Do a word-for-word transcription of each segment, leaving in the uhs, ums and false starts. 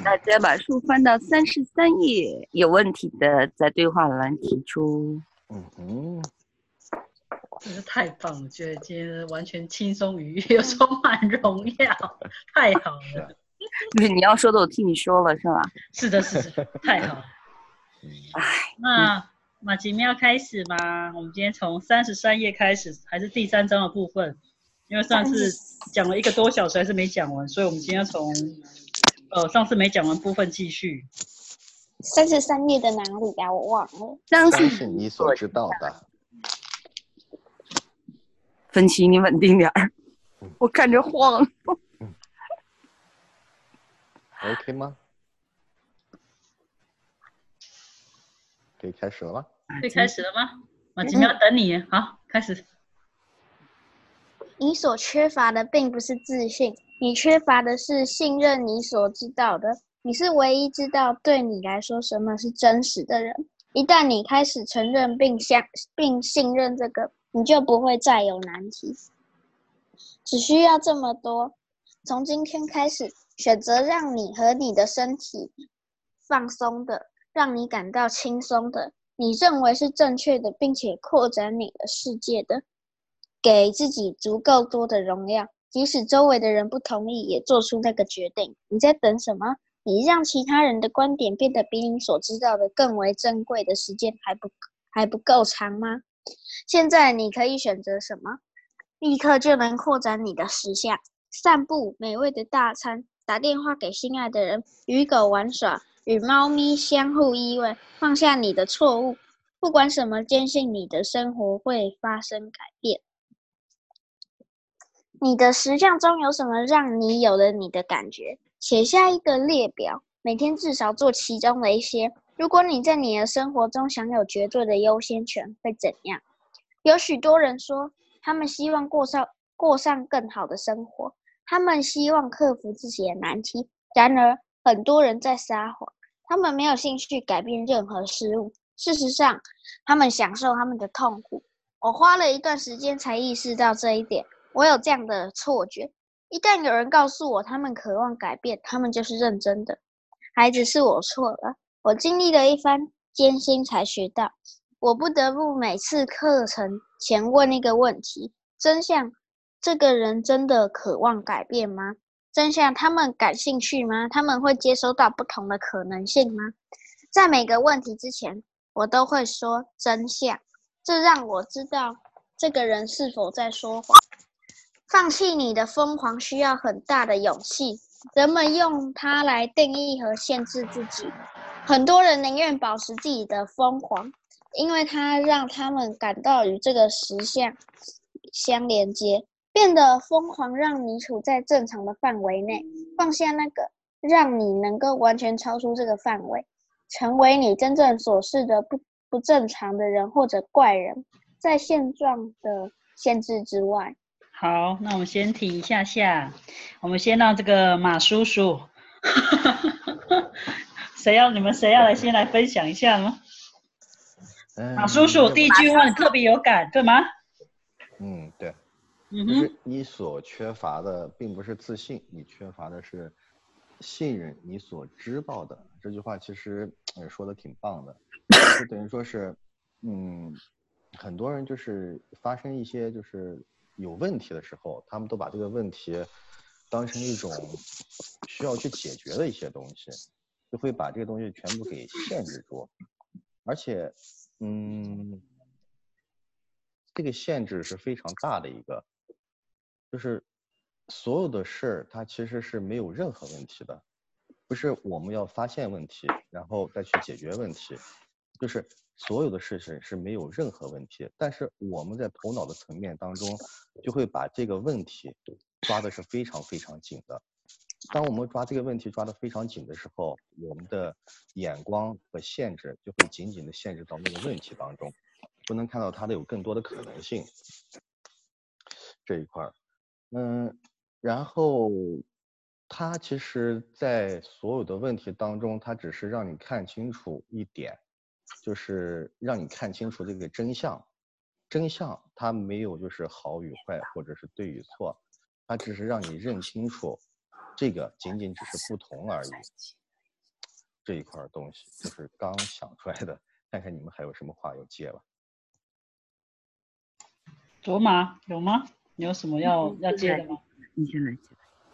大家把书翻到三十三页，有问题的在对话栏提出。 嗯哼， 真是太棒了！我觉得今天完全轻松愉悦，又充满荣耀，太好了。 对，你要说的我替你说了，是吧？ 是的，是的，太好了。 哎， 那马吉米要开始吗？我们今天从三十三页开始，还是第三章的部分？因为上次讲了一个多小时还是没讲完，所以我们今天要从呃上次没讲完部分继续。 三十三页的哪里呀、啊？我忘了。 相相信你所知道的。 芬奇，你稳定点儿，我看着慌。 嗯、OK 吗？可以开始了吗？ 可以开始了吗？马吉米要等你。好，开始。 你所缺乏的并不是自信，你缺乏的是信任你所知道的。你是唯一知道对你来说什么是真实的人。一旦你开始承认并相并信任这个，你就不会再有难题。只需要这么多。从今天开始，选择让你和你的身体放松的，让你感到轻松的，你认为是正确的，并且扩展你的世界的。给自己足够多的荣耀，即使周围的人不同意，也做出那个决定。你在等什么？你让其他人的观点变得比你所知道的更为珍贵的时间还不还不够长吗？现在你可以选择什么？立刻就能扩展你的实相。散步，美味的大餐，打电话给心爱的人，与狗玩耍，与猫咪相互依偎，放下你的错误。不管什么，坚信你的生活会发生改变。你的实相中有什么让你有了你的感觉？写下一个列表，每天至少做其中的一些。如果你在你的生活中享有绝对的优先权，会怎样？有许多人说，他们希望过上过上更好的生活，他们希望克服自己的难题。然而，很多人在撒谎，他们没有兴趣改变任何事物。事实上，他们享受他们的痛苦。我花了一段时间才意识到这一点。我有这样的错觉，一旦有人告诉我他们渴望改变，他们就是认真的。孩子，是我错了，我经历了一番艰辛才学到，我不得不每次课程前问一个问题：真相，这个人真的渴望改变吗？真相，他们感兴趣吗？他们会接收到不同的可能性吗？在每个问题之前，我都会说真相，这让我知道这个人是否在说谎。放弃你的疯狂需要很大的勇气，人们用它来定义和限制自己。很多人宁愿保持自己的疯狂，因为它让他们感到与这个实相相连接。变得疯狂让你处在正常的范围内，放下那个让你能够完全超出这个范围，成为你真正所示的不不正常的人或者怪人，在现状的限制之外。 好，那我们先停一下下，我们先让这个马叔叔，谁要你们谁要来先来分享一下呢？嗯、马叔叔第一句话你特别有感，对吗？ 嗯，对， 嗯就是你所缺乏的并不是自信，你缺乏的是信任你所知道的。这句话其实也说的挺棒的，就等于说是，嗯，很多人就是发生一些就是有问题的时候，他们都把这个问题当成一种需要去解决的一些东西，就会把这个东西全部给限制住，而且，嗯，这个限制是非常大的一个，就是所有的事儿它其实是没有任何问题的，不是我们要发现问题，然后再去解决问题，就是所有的事情是没有任何问题，但是我们在头脑的层面当中就会把这个问题抓的是非常非常紧的。当我们抓这个问题抓得非常紧的时候，我们的眼光和限制就会紧紧的限制到那个问题当中，不能看到它的有更多的可能性。这一块，嗯，然后它其实在所有的问题当中，它只是让你看清楚一点，就是让你看清楚这个真相。真相它没有就是好与坏或者是对与错，它只是让你认清楚这个仅仅只是不同而已。 这一块东西，就是刚想出来的，看看你们还有什么话要接吧。 卓玛有吗？你有什么要要接的吗？ 你先来接。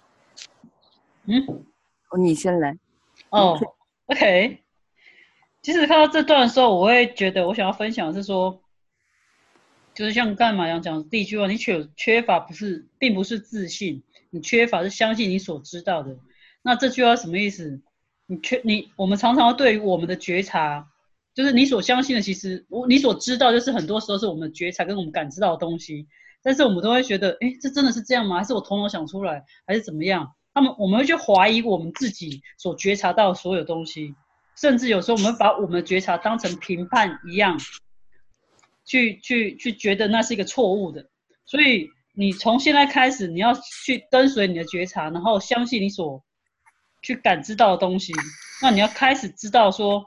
嗯， 哦，你先来。 哦 ，OK。其实看到这段的时候，我会觉得我想要分享的是说，就是像刚才马洋讲的第一句话，你缺缺乏不是，并不是自信，你缺乏是相信你所知道的。那这句话什么意思？你缺你，我们常常对于我们的觉察，就是你所相信的，其实我你所知道，就是很多时候是我们的觉察跟我们感知到的东西。但是我们都会觉得，哎，这真的是这样吗？还是我头脑想出来，还是怎么样？他们我们会去怀疑我们自己所觉察到的所有东西，甚至有时候我们把我们的觉察当成评判一样，去去去觉得那是一个错误的。所以你从现在开始，你要去跟随你的觉察，然后相信你所去感知到的东西。那你要开始知道说，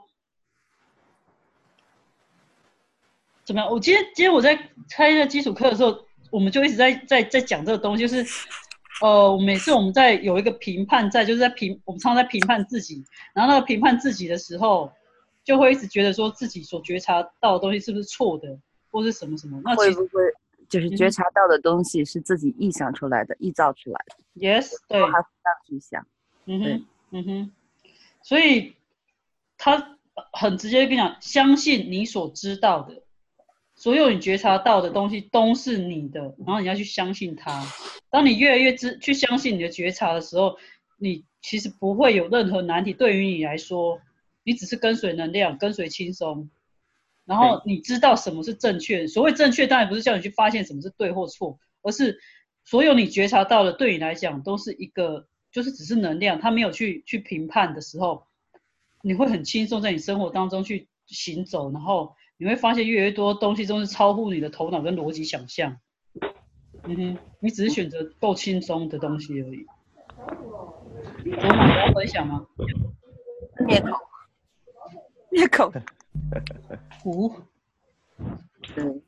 怎么样？我今天今天我在开那个基础课的时候，我们就一直在在在讲这个东西，就是，呃，每次我们在有一个评判在，就是在评，我们常常在评判自己，然后那个评判自己的时候，就会一直觉得说自己所觉察到的东西是不是错的，或是什么什么。那会不会就是觉察到的东西是自己臆想出来的、嗯、臆造出来的 ？Yes， 对。 还不这样去想。 嗯哼，嗯哼。所以他很直接跟你讲，相信你所知道的。所有你觉察到的东西都是你的，然后你要去相信它。当你越来越知去相信你的觉察的时候，你其实不会有任何难题。对于你来说，你只是跟随能量，跟随轻松，然后你知道什么是正确。所谓正确，当然不是叫你去发现什么是对或错，而是所有你觉察到的，对你来讲都是一个，就是只是能量，它没有去去评判的时候，你会很轻松在你生活当中去行走，然后你会发现越来越多东西都是超乎你的头脑跟逻辑想象。嗯哼，你只是选择够轻松的东西而已。卓玛，你要分享吗？ 灭口，灭口。 五。 对。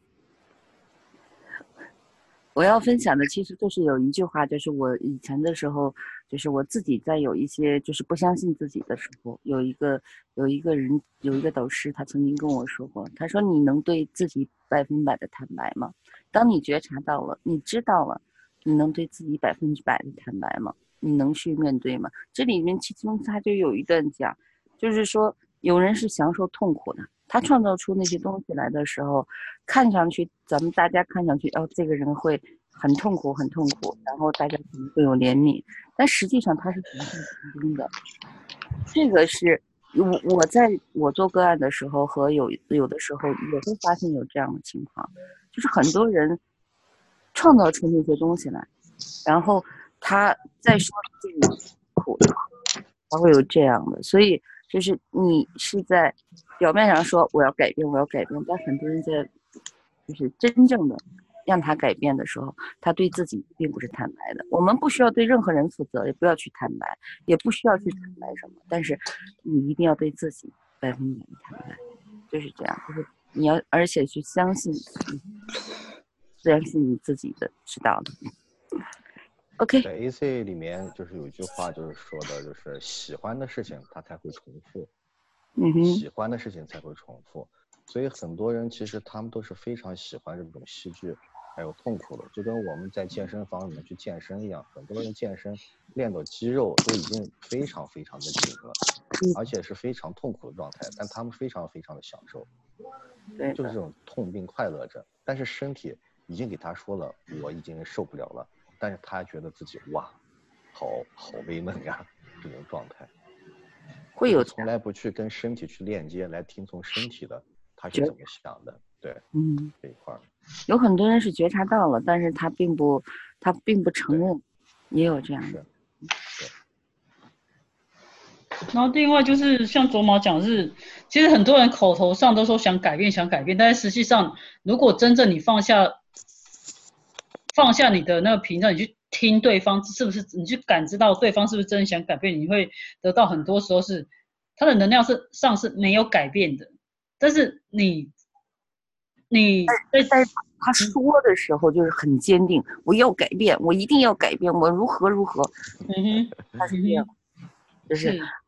我要分享的其实就是有一句话，就是我以前的时候，就是我自己在有一些就是不相信自己的时候，有一个有一个人有一个导师，他曾经跟我说过，他说你能对自己百分百的坦白吗？当你觉察到了，你知道了，你能对自己百分之百的坦白吗？你能去面对吗？这里面其中他就有一段讲，就是说有人是享受痛苦的，他创造出那些东西来的时候，看上去咱们大家看上去，哦，这个人会很痛苦很痛苦，然后大家可能会有怜悯，但实际上他是享受成功的。这个是我我在我做个案的时候和有有的时候也会发现有这样的情况，就是很多人创造出那些东西来，然后他再说自己苦的，他会有这样的，所以就是你是在表面上说我要改变我要改变，但很多人在就是真正的让他改变的时候，他对自己并不是坦白的。我们不需要对任何人负责，也不要去坦白，也不需要去坦白什么，但是你一定要对自己百分百的坦白，就是这样，就是你要而且去相信相信你自己的知道的。OK， 在 A C 里面就是有一句话，就是说的，就是喜欢的事情它才会重复， 嗯哼， 喜欢的事情才会重复。所以很多人其实他们都是非常喜欢这种戏剧，还有痛苦的，就跟我们在健身房里面去健身一样，很多人健身练到肌肉都已经非常非常的紧了，而且是非常痛苦的状态，但他们非常非常的享受，就是这种痛并快乐着。但是身体已经给他说了，我已经受不了了。但是他觉得自己哇，好好悲闷呀，这种状态， 会有从来不去跟身体去链接，来听从身体的他是怎么想的，对， 嗯， 这一块有很多人是觉察到了，但是他并不，他并不承认，也有这样的。 对。 然后另外就是像卓玛讲的是，其实很多人口头上都说想改变想改变，但是实际上，如果真正你放下。放下你的那个屏障，你去听对方是不是，你去感知到对方是不是真的想改变，你会得到很多时候是他的能量是上是没有改变的，但是你你在在他说的时候就是很坚定，我要改变，我一定要改变，我如何如何。 嗯哼， 他是这样，就是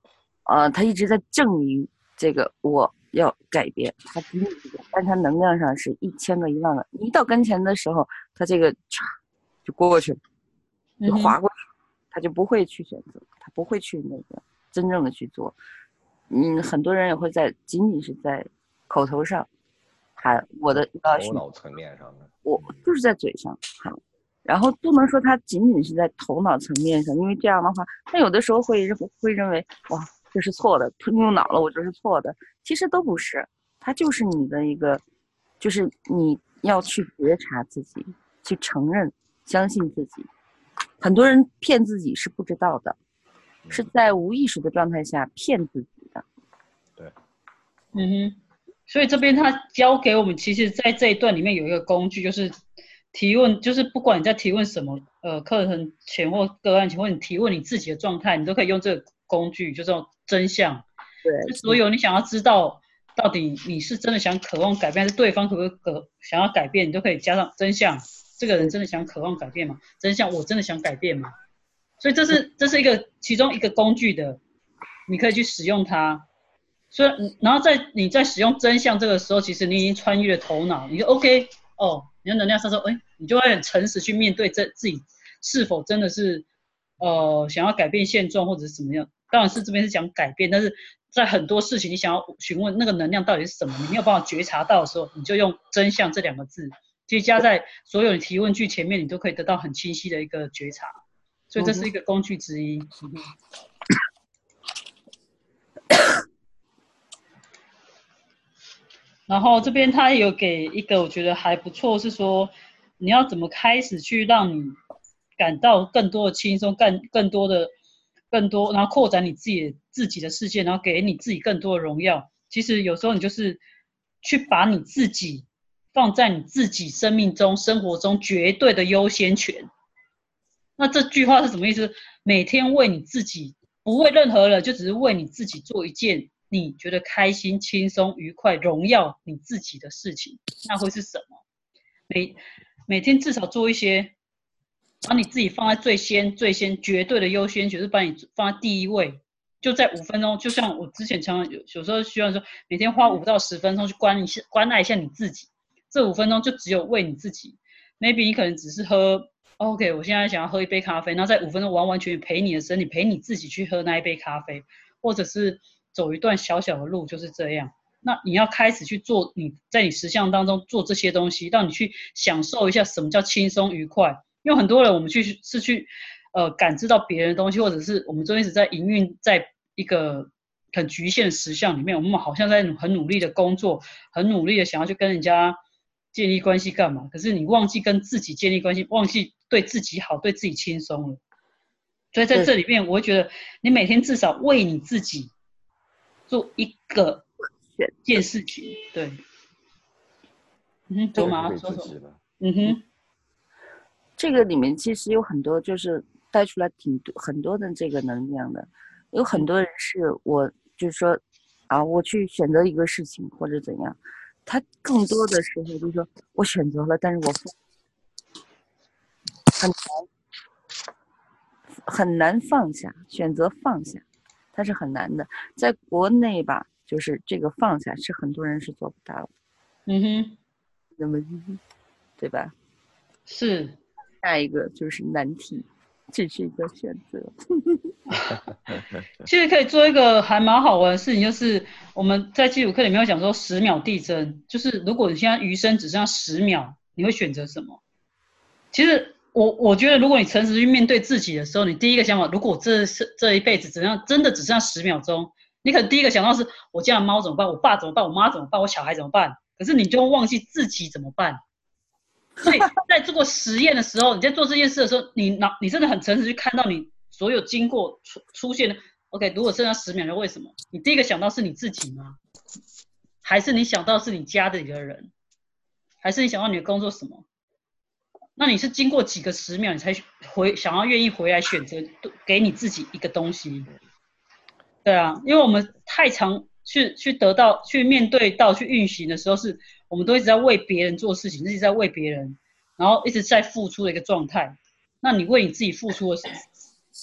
呃，他一直在证明这个我要改变，他仅仅是，但他能量上是一千个一万个，一到跟前的时候，他这个唰就过去了，就划过去，他就不会去选择，他不会去那个真正的去做。嗯，很多人也会在仅仅是在口头上喊我的头脑层面上的， 我就是在嘴上喊，然后不能说他仅仅是在头脑层面上，因为这样的话，他有的时候会会认为哇这是错的，用脑了我就是错的，其实都不是，他就是你的一个，就是你要去觉察自己，去承认，相信自己。很多人骗自己是不知道的，是在无意识的状态下骗自己的。 对， 嗯哼，所以这边他教给我们，其实在这一段里面有一个工具，就是提问，就是不管你在提问什么，呃，课程前或个案前，或你提问你自己的状态，你都可以用这个工具，就这种真相。 对， 所有你想要知道到底你是真的想渴望改变，还是对方可不可以想要改变，你都可以加上真相。这个人真的想渴望改变吗？真相，我真的想改变吗？所以这是这是一个其中一个工具的，你可以去使用它。所以，然后在你在使用真相这个时候，其实你已经穿越了头脑，你就 OK 哦，你的能量上说，哎，你就会很诚实去面对这自己是否真的是呃想要改变现状或者是怎么样。当然是这边是讲改变，但是在很多事情你想要询问那个能量到底是什么，你没有办法觉察到的时候，你就用真相这两个字，其实加在所有的提问句前面，你都可以得到很清晰的一个觉察。所以这是一个工具之一。嗯嗯然后这边他有给一个我觉得还不错，是说你要怎么开始去让你感到更多的轻松，更更多的更多，然后扩展你自己自己的世界，然后给你自己更多的荣耀。其实有时候你就是去把你自己放在你自己生命中、生活中绝对的优先权。那这句话是什么意思？每天为你自己，不为任何人，就只是为你自己做一件你觉得开心、轻松、愉快、荣耀你自己的事情，那会是什么？每每天至少做一些，把你自己放在最先、最先、绝对的优先权，就是把你放在第一位。就在五分钟，就像我之前常常有有时候希望说，每天花五到十分钟去关一下、关爱一下你自己。这五分钟就只有为你自己。maybe 你可能只是喝。OK， 我现在想要喝一杯咖啡，然后在五分钟完完全全陪你的身体，陪你自己去喝那一杯咖啡，或者是走一段小小的路，就是这样。那你要开始去做，你在你实相当中做这些东西，让你去享受一下什么叫轻松愉快。因为很多人我们去是去呃感知到别人的东西，或者是我们这边一直在营运在一个很局限的实相里面，我们好像在很努力的工作，很努力的想要去跟人家建立关系干嘛？可是你忘记跟自己建立关系，忘记对自己好，对自己轻松了。所以在这里面，我会觉得你每天至少为你自己做一个件事情。对，嗯哼，卓玛说什么？嗯哼， 这个里面其实有很多就是带出来挺多很多的这个能量的，有很多人是我就是说啊，我去选择一个事情或者怎样。他更多的时候就是说我选择了，但是我很难很难放下，选择放下，它是很难的。在国内吧，就是这个放下是很多人是做不到的。 嗯哼， 那么对吧？ 是。 下一个就是难题，这是一个选择。 其实可以做一个还蛮好玩的事情，就是我们在基础课里面有讲说十秒递增，就是如果你现在余生只剩下十秒，你会选择什么？其实我我觉得，如果你诚实去面对自己的时候，你第一个想法，如果我这这一辈子只剩真的只剩下十秒钟，你可能第一个想到是我家的猫怎么办，我爸怎么办，我妈怎么办，我小孩怎么办？可是你就忘记自己怎么办。所以在做实验的时候，你在做这件事的时候，你脑你真的很诚实去看到你所有经过出出现的 ，OK， 如果剩下十秒，为什么？你第一个想到是你自己吗？还是你想到是你家里的人？还是你想到你的工作什么？那你是经过几个十秒，你才回想要愿意回来选择给你自己一个东西？对啊，因为我们太常去去得到、去面对到、去运行的时候是。我们都一直在为别人做事情，一直在为别人，然后一直在付出的一个状态。那你为你自己付出了什么？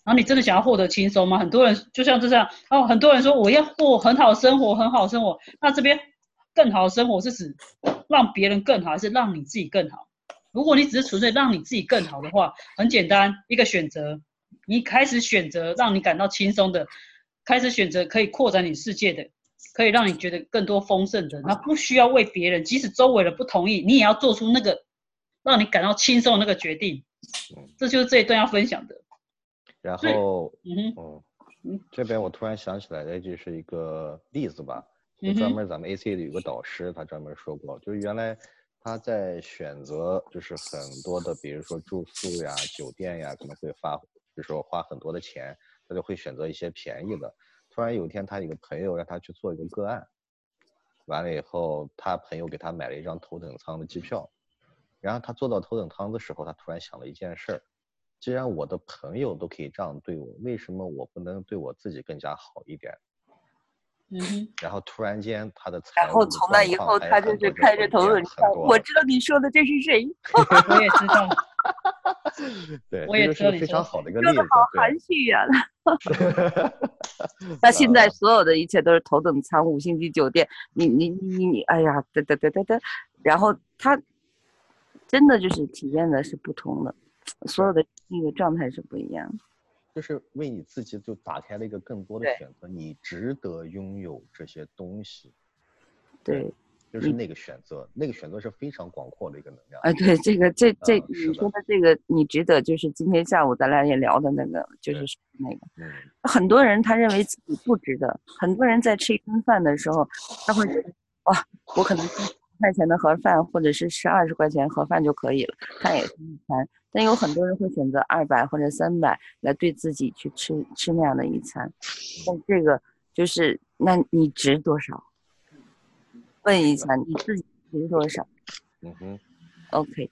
然后你真的想要获得轻松吗？很多人就像这样哦，很多人说我要过很好的生活，很好的生活。那这边更好的生活是指让别人更好，还是让你自己更好？如果你只是纯粹让你自己更好的话，很简单，一个选择，你开始选择让你感到轻松的，开始选择可以扩展你世界的，可以让你觉得更多丰盛的，那不需要为别人，即使周围人不同意，你也要做出那个让你感到轻松的那个决定。这就是这一段要分享的。 然后， 嗯哼， 嗯，这边我突然想起来的就是一个例子吧，就专门咱们 A C 里有个导师，他专门说过，就是原来他在选择就是很多的，比如说住宿呀、酒店呀，可能会花，就是说花很多的钱，他就会选择一些便宜的。突然有一天，他有个朋友让他去做一个个案，完了以后，他朋友给他买了一张头等舱的机票，然后他坐到头等舱的时候，他突然想了一件事儿。既然我的朋友都可以这样对我，为什么我不能对我自己更加好一点？ 嗯哼。 然后突然间他的财务然后从那以后，他就是开着头等舱。我知道你说的这是谁？ 我也知道。 对， 我也这就是非常好的一个例子。 说的好含蓄呀、啊！那现在所有的一切都是头等舱、五星级酒店，你你你你，哎呀，对对对对对，然后他真的就是体验的是不同的。所有的那个状态是不一样的， 就是为你自己就打开了一个更多的选择，你值得拥有这些东西。 对， 就是那个选择，那个选择是非常广阔的一个能量。 啊，对，这个这这、 嗯、 你说的这个你值得，就是今天下午咱俩也聊的那个，就是那个， 嗯， 很多人他认为自己不值得，很多人在吃一顿饭的时候，他会觉得哇，我可能吃十块钱的盒饭，或者是吃二十块钱盒饭就可以了，他也是一餐。但有很多人会选择二百或者三百来对自己去吃吃那样的一餐，但这个就是那你值多少？问一下你自己值多少？ 嗯哼 ，OK。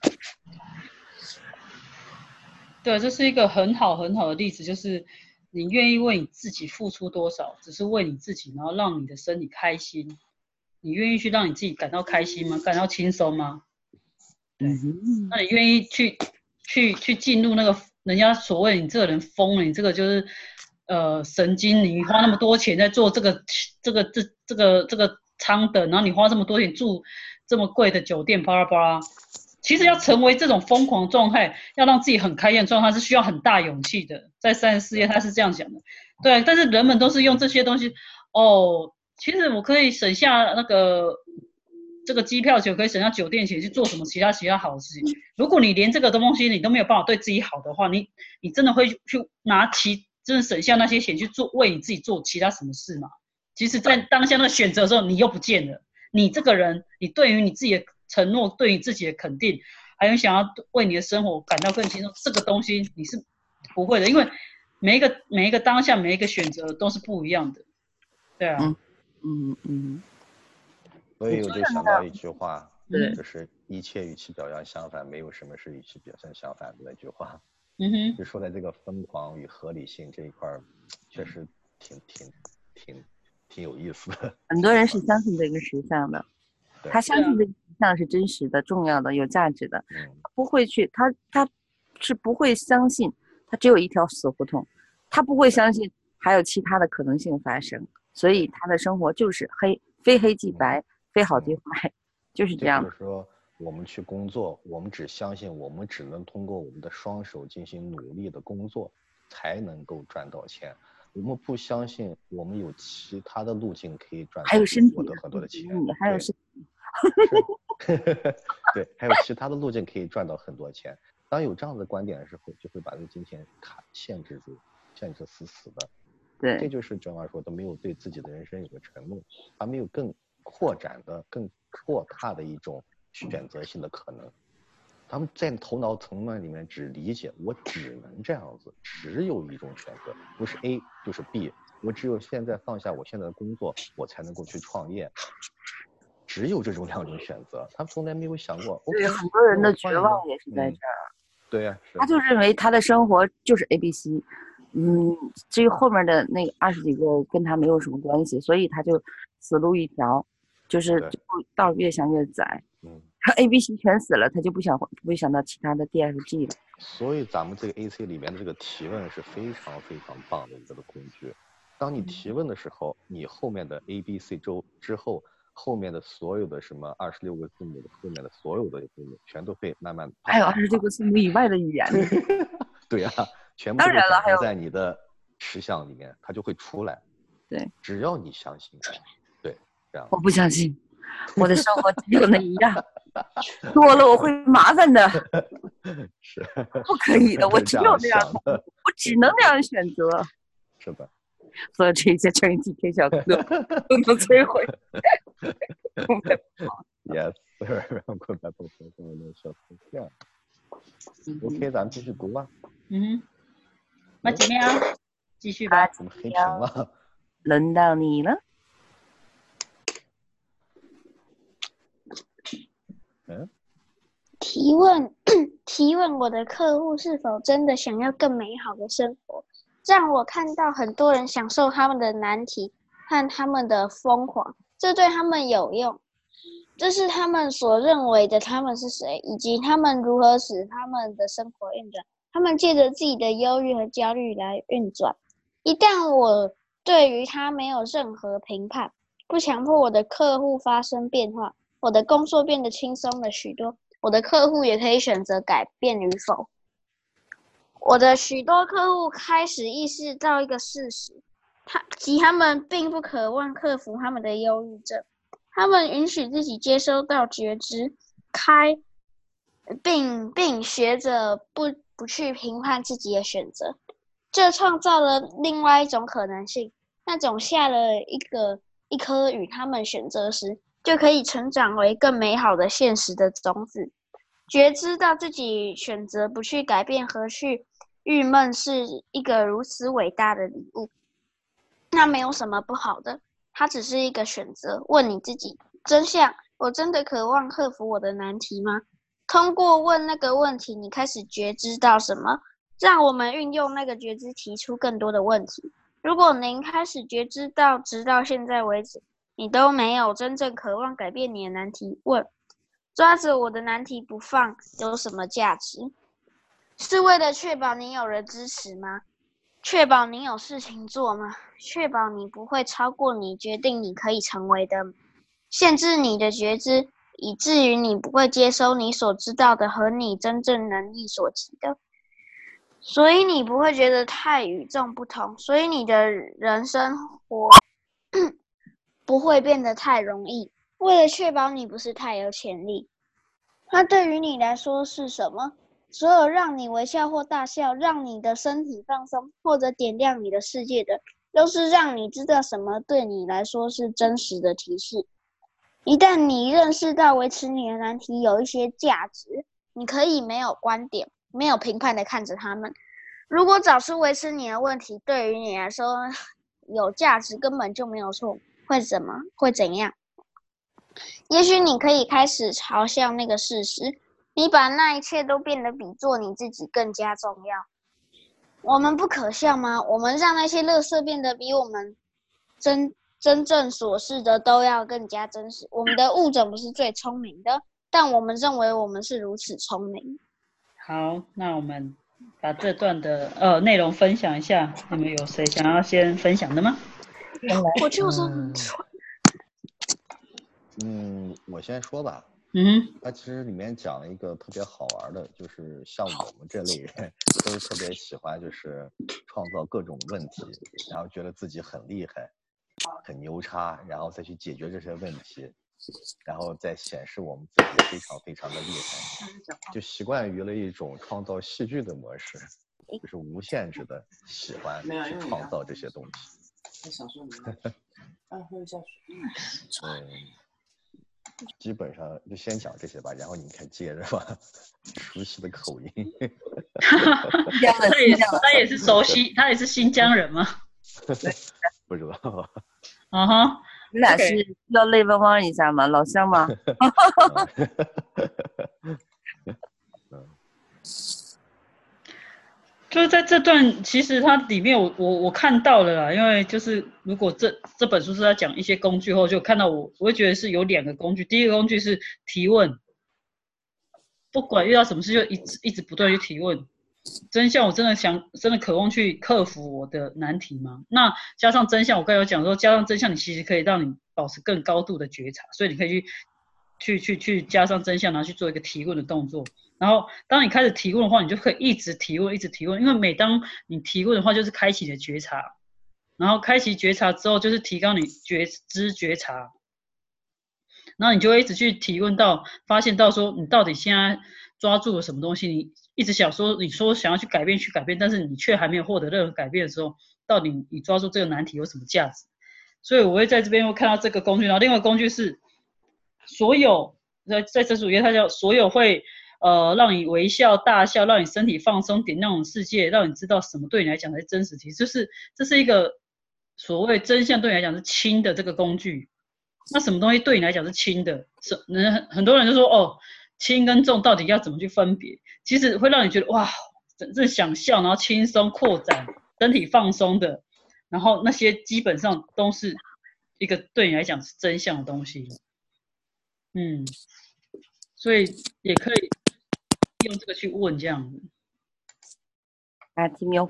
对，这是一个很好很好的例子，就是你愿意为你自己付出多少，只是为你自己，然后让你的身体开心。你愿意去让你自己感到开心吗？感到轻松吗？对，嗯、那你愿意去去去进入那个人家所谓你这个人疯了，你这个就是呃神经，你花那么多钱在做这个这个这这个这个舱等，然后你花这么多钱住这么贵的酒店，巴拉巴拉。其实要成为这种疯狂状态，要让自己很开心的状态，是需要很大勇气的。在三十四页他是这样讲的，对。但是人们都是用这些东西，哦，其实我可以省下那个这个机票钱，可以省下酒店钱，去做什么其他其他好的事情。如果你连这个东西你都没有办法对自己好的话，你你真的会去拿其真的省下那些钱去做为你自己做其他什么事吗？其实，在当下那个选择的时候，你又不见了。你这个人，你对于你自己的承诺，对于自己的肯定，还有想要为你的生活感到更轻松，这个东西你是不会的，因为每一个每一个当下每一个选择都是不一样的，对啊， 嗯嗯嗯。 所以我就想到一句话， 对， 就是一切与其表现相反，没有什么是与其表现相反的那句话。 嗯哼， 就说在这个疯狂与合理性这一块，确实挺挺挺挺有意思的。 很多人是相信这个实相的。他相信这个实相是真实的、重要的、有价值的，他不会去，他他是不会相信，他只有一条死胡同，他不会相信还有其他的可能性发生，所以他的生活就是黑，非黑即白，非好即坏，就是这样。 就是说，我们去工作，我们只相信我们只能通过我们的双手进行努力的工作，才能够赚到钱。我们不相信我们有其他的路径可以赚到， 还有身体， 获得很多的钱， 你还有身体。 对，还有其他的路径可以赚到很多钱。当有这样的观点的时候，就会把这个金钱卡限制住，限制死死的。 对， 这就是郑老说的，没有对自己的人生有个承诺，他没有更扩展的、更扩大的一种选择性的可能。他们在头脑层面里面只理解我只能这样子，只有一种选择，不是 A 就是 B， 我只有现在放下我现在的工作，我才能够去创业。只有这种两种选择，他们从来没有想过。 对，很多人的绝望也是在这儿。 嗯、对呀、啊， 他就认为他的生活就是 A、B、C， 嗯，至于后面的那二十几个跟他没有什么关系，所以他就死路一条，就是道越想越窄。 嗯， 他 A B C 全死了，他就不想不会想到其他的 D F G 了。 所以咱们这个 A C 里面的这个提问是非常非常棒的一个工具。当你提问的时候，你后面的 A B C 周之后，后面的所有的什么二十六个字母的后面的所有的字母，全都会慢慢还有二十六个字母以外的语言。 对呀、啊，全部都展现在你的实相里面，它就会出来。 对， 只要你相信。对，这样。 我不相信，我的生活只有那一样，多了我会麻烦的。 是， 不可以的，我只有那样，我只能那样选择。 是的。 所有这些成绩贴小课都能摧毁。 Yes, sir. 让快把头发上的小头像。OK， 咱们继续读吧。 嗯，马吉喵，继续吧。 怎么黑屏了？ 轮到你了。 嗯。 提问，提问我的客户是否真的想要更美好的生活，让我看到很多人享受他们的难题和他们的疯狂，这对他们有用。这是他们所认为的他们是谁，以及他们如何使他们的生活运转。他们借着自己的忧郁和焦虑来运转。一旦我对于他没有任何评判，不强迫我的客户发生变化，我的工作变得轻松了许多。我的客户也可以选择改变与否。我的许多客户开始意识到一个事实，他即他们并不渴望克服他们的忧郁症，他们允许自己接收到觉知，开，并并学着不不去评判自己的选择。这创造了另外一种可能性，那种下了一个一颗与他们选择时就可以成长为更美好的现实的种子。觉知到自己选择不去改变和去郁闷是一个如此伟大的礼物，那没有什么不好的，它只是一个选择。问你自己真相，我真的渴望克服我的难题吗？通过问那个问题，你开始觉知到什么？让我们运用那个觉知提出更多的问题。如果您开始觉知到直到现在为止你都没有真正渴望改变你的难题，问抓着我的难题不放有什么价值？是为了确保你有人支持吗？确保你有事情做吗？确保你不会超过你决定你可以成为的，限制你的觉知，以至于你不会接收你所知道的和你真正能力所及的，所以你不会觉得太与众不同，所以你的人生活不会变得太容易。为了确保你不是太有潜力，它对于你来说是什么？所有让你微笑或大笑，让你的身体放松，或者点亮你的世界的，都是让你知道什么对你来说是真实的提示。一旦你认识到维持你的难题有一些价值，你可以没有观点、没有评判的看着他们。如果找出维持你的问题对于你来说有价值，根本就没有错，会怎么？会怎样？也许你可以开始嘲笑那个事实，你把那一切都变得比做你自己更加重要。我们不可笑吗？我们让那些垃圾变得比我们真真正所示的都要更加真实。我们的物种不是最聪明的，但我们认为我们是如此聪明。 好，那我们把这段的呃内容分享一下，你们有谁想要先分享的吗？ 我就是嗯嗯，我先说吧。 嗯， 它其实里面讲了一个特别好玩的，就是像我们这类人都是特别喜欢就是创造各种问题，然后觉得自己很厉害、很牛叉，然后再去解决这些问题，然后再显示我们自己非常非常的厉害，就习惯于了一种创造戏剧的模式，就是无限制的喜欢去创造这些东西。嗯，基本上就先讲这些吧，然后你看接着吧，熟悉的口音。 他也他也是熟悉，他也是新疆人吗？ 不知道。 嗯哼， 你俩是要泪汪汪一下吗？老乡吗？ 就是在这段，其实它里面我我我看到了啦，因为就是如果这这本书是在讲一些工具后，就看到我我会觉得是有两个工具，第一个工具是提问， 不管遇到什么事，就一直一直不断去提问。真相，我真的想，真的渴望去克服我的难题吗？那加上真相，我刚才有讲说，加上真相，你其实可以让你保持更高度的觉察，所以你可以去，去去去加上真相，然后去做一个提问的动作。然后，当你开始提问的话，你就可以一直提问，一直提问，因为每当你提问的话，就是开启你的觉察，然后开启觉察之后，就是提高你觉知觉察，然后你就会一直去提问到，发现到说，你到底现在抓住了什么东西，你一直想说，你说想要去改变，去改变，但是你却还没有获得任何改变的时候，到底你抓住这个难题有什么价值？所以我会在这边会看到这个工具，然后另外一个工具是所有在在这组页，它叫所有会呃让你微笑、大笑，让你身体放松，点亮世界，让你知道什么对你来讲才是真实题，就是这是一个所谓真相对你来讲是轻的这个工具。那什么东西对你来讲是轻的？是人很多人就说哦。轻跟重到底要怎么去分别？其实会让你觉得哇，真正想笑，然后轻松扩展，身体放松的，然后那些基本上都是一个对你来讲是真相的东西。嗯，所以也可以用这个去问这样子。 啊，提喵。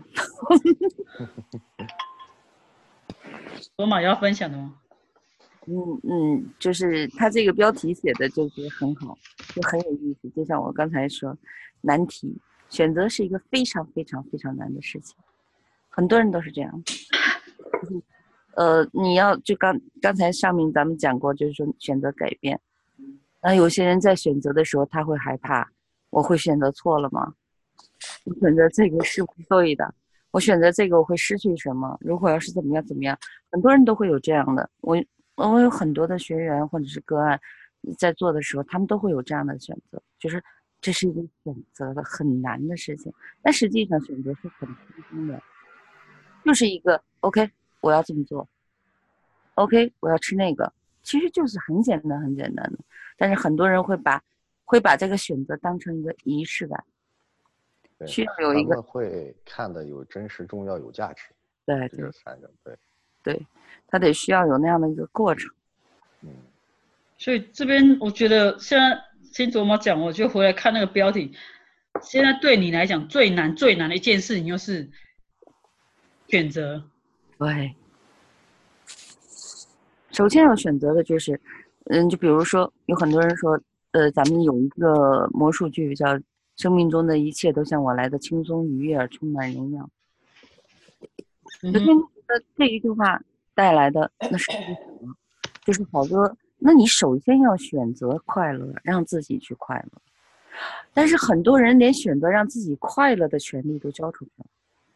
罗马要分享的吗？ 嗯嗯，就是他这个标题写的就是很好，就很有意思。就像我刚才说，难题选择是一个非常非常非常难的事情，很多人都是这样。就是呃，你要就刚刚才上面咱们讲过，就是说选择改变。那有些人在选择的时候，他会害怕，我会选择错了吗？我选择这个是不是对的？我选择这个我会失去什么？如果要是怎么样怎么样，很多人都会有这样的。我。我有很多的学员或者是个案，在做的时候，他们都会有这样的选择，就是这是一个选择的很难的事情，但实际上选择是很轻松的，就是一个 OK， 我要这么做 ，OK， 我要吃那个，其实就是很简单很简单的，但是很多人会把会把这个选择当成一个仪式感，需要有一个他们会看的有真实、重要、有价值， 对， 这三个，对。 对，他得需要有那样的一个过程。 嗯， 所以这边我觉得现在听卓玛讲，我就回来看那个标题。现在对你来讲最难最难的一件事情就是选择。 对，首先要选择的就是，嗯，就比如说有很多人说，呃，咱们有一个魔术剧叫《生命中的一切都向我来的轻松愉悦而充满荣耀》。 嗯昨天的这一句话带来的那是什么？就是好多，那你首先要选择快乐，让自己去快乐。但是很多人连选择让自己快乐的权利都交出去了，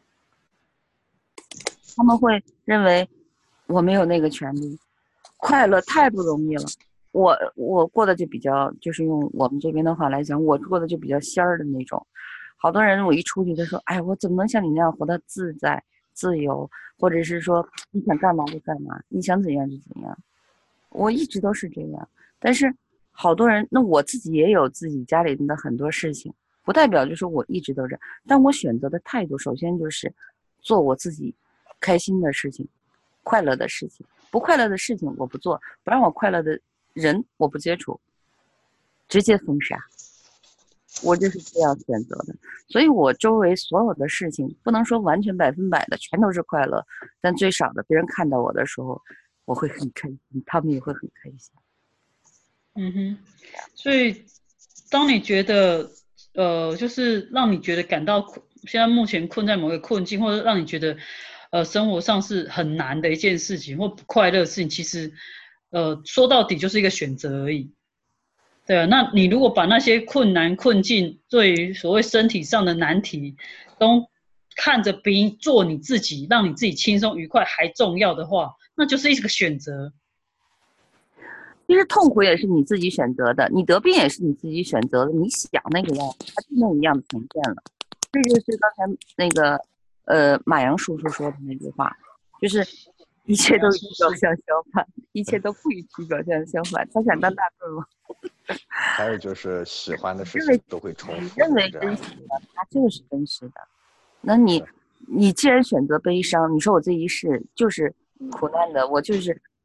他们会认为我没有那个权利，快乐太不容易了。我我过得就比较，就是用我们这边的话来讲，我过得就比较仙儿的那种。好多人我一出去就说，哎，我怎么能像你那样活得自在？自由，或者是说你想干嘛就干嘛，你想怎样就怎样。我一直都是这样，但是好多人，那我自己也有自己家里的很多事情，不代表就是我一直都这样。但我选择的态度，首先就是做我自己开心的事情，快乐的事情。不快乐的事情我不做，不让我快乐的人我不接触，直接封杀。我就是这样选择的，所以我周围所有的事情不能说完全百分百的全都是快乐，但最少的别人看到我的时候，我会很开心，他们也会很开心。 嗯哼，所以当你觉得呃，就是让你觉得感到现在目前困在某个困境，或者让你觉得呃生活上是很难的一件事情或不快乐的事情，其实呃说到底就是一个选择而已。对啊，那你如果把那些困难困境，对于所谓身体上的难题，都看着比做你自己，让你自己轻松愉快还重要的话，那就是一个选择。 其实痛苦也是你自己选择的，你得病也是你自己选择的，你想那个样，它就那一样的呈现了。这就是刚才那个呃马阳叔叔说的那句话，就是一切都与表象相反，一切都不与其表象相反。他想当大棍吗？ 还有就是喜欢的事情都会重复。 你认为真实的，它就是真实的。那你你既然选择悲伤，你说我这一世就是苦难的，我就是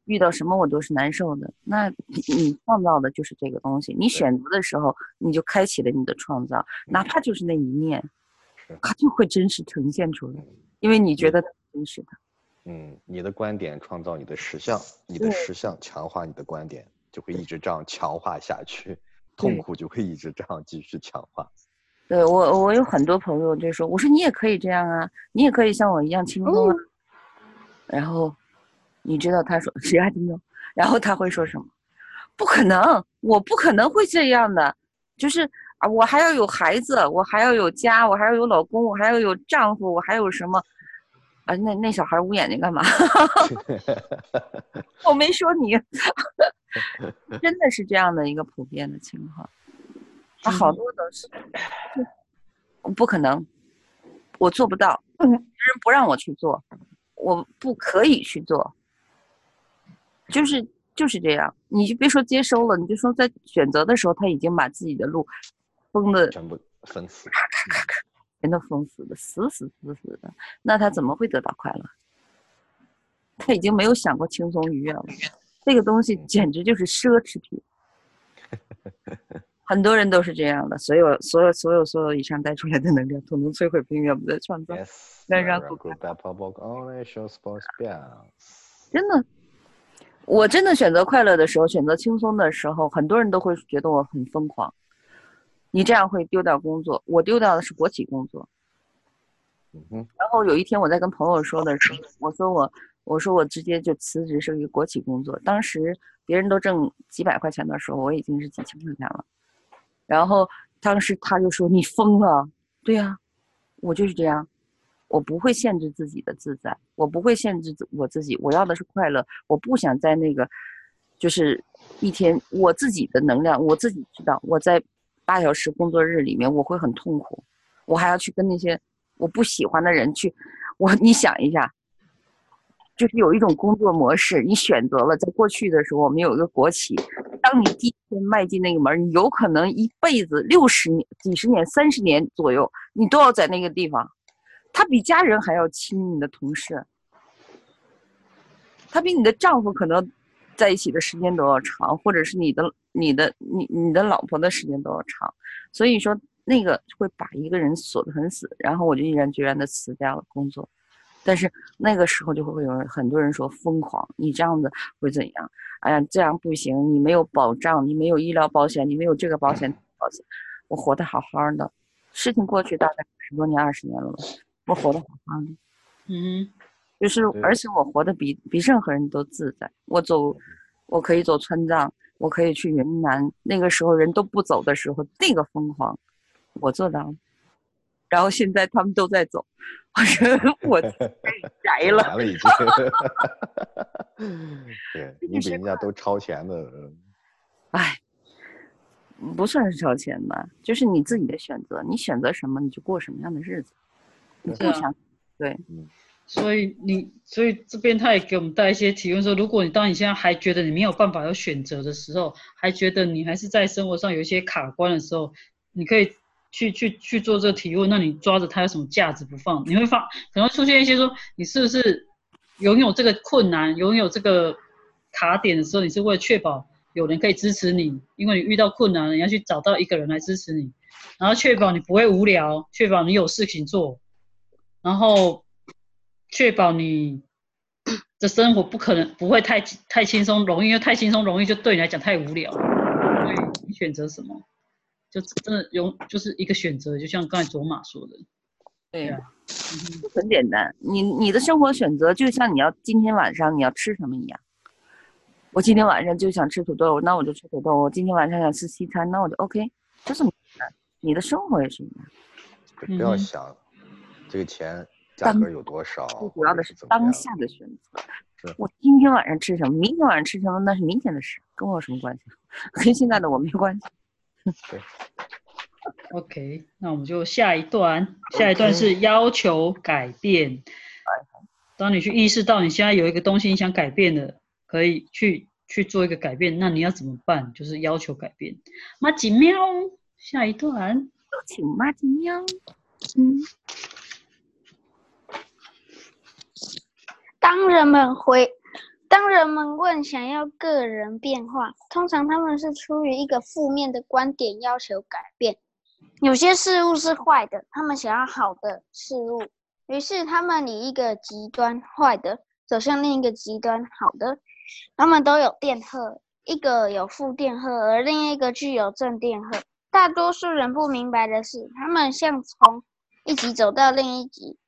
遇到什么我都是难受的。那你你创造的就是这个东西，你选择的时候你就开启了你的创造，哪怕就是那一念，它就会真实呈现出来，因为你觉得它是真实的。 嗯，你的观点创造你的实相，你的实相强化你的观点，就会一直这样强化下去，痛苦就会一直这样继续强化。 对，我我有很多朋友就说，我说你也可以这样啊，你也可以像我一样轻松啊。哦、然后你知道他说谁还听懂？然后他会说什么？不可能，我不可能会这样的，就是啊，我还要有孩子，我还要有家，我还要有老公，我还要有丈夫，我还有什么？啊，那那小孩捂眼睛干嘛？我没说你，真的是这样的一个普遍的情况，啊，好多都是，不可能，我做不到，别人不让我去做，我不可以去做，就是就是这样。你就别说接收了，你就说在选择的时候，他已经把自己的路封的全部封死。 全都封死的，死死死死的，那他怎么会得到快乐？他已经没有想过轻松愉悦了，这个东西简直就是奢侈品。很多人都是这样的，所有所有所有所有以上带出来的能量，统统摧毁并让我们的创造。让让真的，我真的选择快乐的时候，选择轻松的时候，很多人都会觉得我很疯狂。你这样会丢掉工作，我丢掉的是国企工作。然后有一天我在跟朋友说的时候，我说我我说我直接就辞职是一个国企工作。当时别人都挣几百块钱的时候，我已经是几千块钱了。然后当时他就说你疯了。对呀、啊，我就是这样，我不会限制自己的自在，我不会限制我自己，我要的是快乐。我不想在那个就是一天我自己的能量，我自己知道我在八小时工作日里面我会很痛苦，我还要去跟那些我不喜欢的人去，我你想一下，就是有一种工作模式，你选择了，在过去的时候我们有一个国企，当你第一天迈进那个门，你有可能一辈子六十年、几十年、三十年左右，你都要在那个地方。他比家人还要亲，你的同事，他比你的丈夫可能在一起的时间都要长，或者是你的、你的、你、你的老婆的时间都要长。所以说，那个会把一个人锁得很死。然后我就毅然决然的辞掉了工作。但是那个时候就会有人很多人说疯狂，你这样子会怎样？哎呀，这样不行，你没有保障，你没有医疗保险，你没有这个保险保险。我活得好好的，事情过去大概十多年、二十年了吧，我活得好好的。 嗯， 就是而且我活得比比任何人都自在。我走，我可以走川藏，我可以去云南。那个时候人都不走的时候，那个疯狂，我做到了。然后现在他们都在走，我说我宅了， 了已经。对，你比人家都超前的。 哎，不算是超前吧，就是你自己的选择，你选择什么你就过什么样的日子，你不想、啊、对。 所以你，所以这边他也给我们带一些提问说，如果你当你现在还觉得你没有办法有选择的时候，还觉得你还是在生活上有一些卡关的时候，你可以去去去做这个提问。那你抓着它有什么价值不放？你会发可能会出现一些说，你是不是拥有这个困难，拥有这个卡点的时候，你是为了确保有人可以支持你，因为你遇到困难了，你要去找到一个人来支持你，然后确保你不会无聊，确保你有事情做，然后确保你的生活不可能不会太太轻松容易，因为太轻松容易就对你来讲太无聊。所以你选择什么，就真的有就是一个选择，就像刚才卓玛说的。 对啊，嗯、很简单。你你的生活选择就像你要今天晚上你要吃什么一样。我今天晚上就想吃土豆，那我就吃土豆。我今天晚上想吃西餐，那我就 OK， 就这么简单。你的生活也是一样。 不要想这个钱价格有多少， 最主要的是当下的选择。我今天晚上吃什么，明天晚上吃什么，那是明天的事，跟我有什么关系？跟现在的我没关系。 对。 OK， 那我们就下一段，下一段是要求改变。当你去意识到你现在有一个东西你想改变的，可以去去做一个改变，那你要怎么办？就是要求改变。马吉喵，下一段有请马吉喵。嗯。 当人们回当人们问想要个人变化，通常他们是出于一个负面的观点要求改变。有些事物是坏的，他们想要好的事物，于是他们以一个极端坏的走向另一个极端好的。他们都有电荷，一个有负电荷，而另一个具有正电荷。大多数人不明白的是，他们像从一极走到另一极。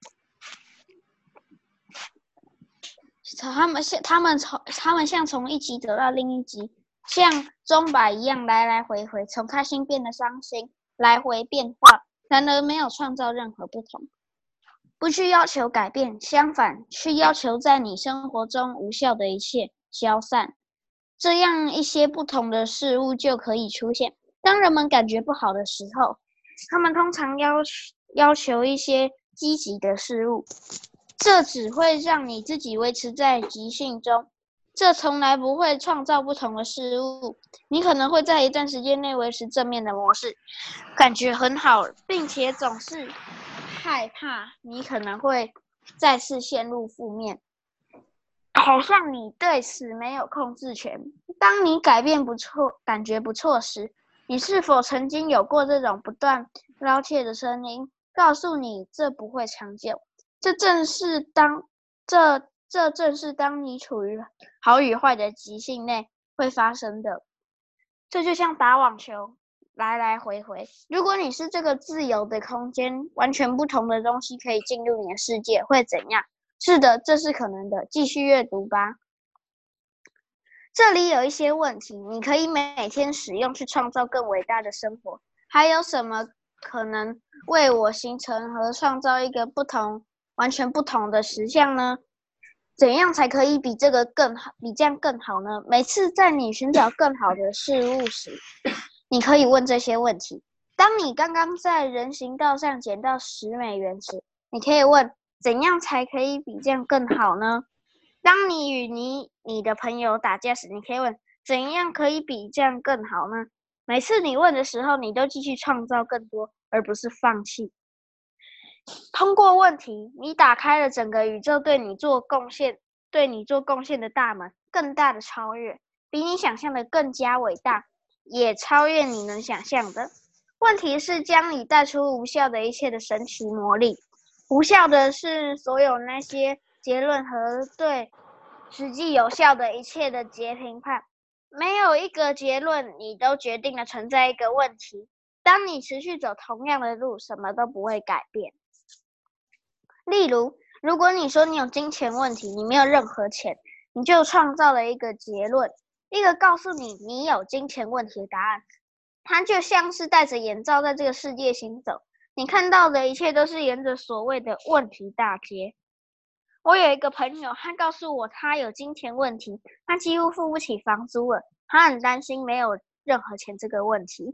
他们像他们从他们像从一极走到另一极，像钟摆一样来来回回，从开心变得伤心，来回变化。然而没有创造任何不同，不去要求改变，相反，去要求在你生活中无效的一切消散。这样一些不同的事物就可以出现。当人们感觉不好的时候，他们通常要要求一些积极的事物。这只会让你自己维持在极性中，这从来不会创造不同的事物。你可能会在一段时间内维持正面的模式，感觉很好，并且总是害怕你可能会再次陷入负面，好像你对此没有控制权。当你改变不错，感觉不错时，你是否曾经有过这种不断捞切的声音，告诉你这不会长久？这正是当这这正是当你处于好与坏的极性内会发生的。这就像打网球，来来回回。如果你是这个自由的空间，完全不同的东西可以进入你的世界，会怎样？是的，这是可能的。继续阅读吧。这里有一些问题，你可以每天使用去创造更伟大的生活。还有什么可能为我形成和创造一个不同？完全不同的实相呢？怎样才可以比这个更好，比这样更好呢？每次在你寻找更好的事物时，你可以问这些问题。当你刚刚在人行道上捡到十美元时，你可以问：怎样才可以比这样更好呢？当你与你你的朋友打架时，你可以问：怎样可以比这样更好呢？每次你问的时候，你都继续创造更多，而不是放弃。通过问题，你打开了整个宇宙对你做贡献、对你做贡献的大门，更大的超越，比你想象的更加伟大，也超越你能想象的。问题是将你带出无效的一切的神奇魔力。无效的是所有那些结论和对实际有效的一切的截评判。没有一个结论你都决定了存在一个问题。当你持续走同样的路，什么都不会改变。例如，如果你说你有金钱问题，你没有任何钱，你就创造了一个结论，一个告诉你你有金钱问题的答案。它就像是戴着眼罩在这个世界行走，你看到的一切都是沿着所谓的问题大街。我有一个朋友，他告诉我他有金钱问题，他几乎付不起房租了，他很担心没有任何钱这个问题。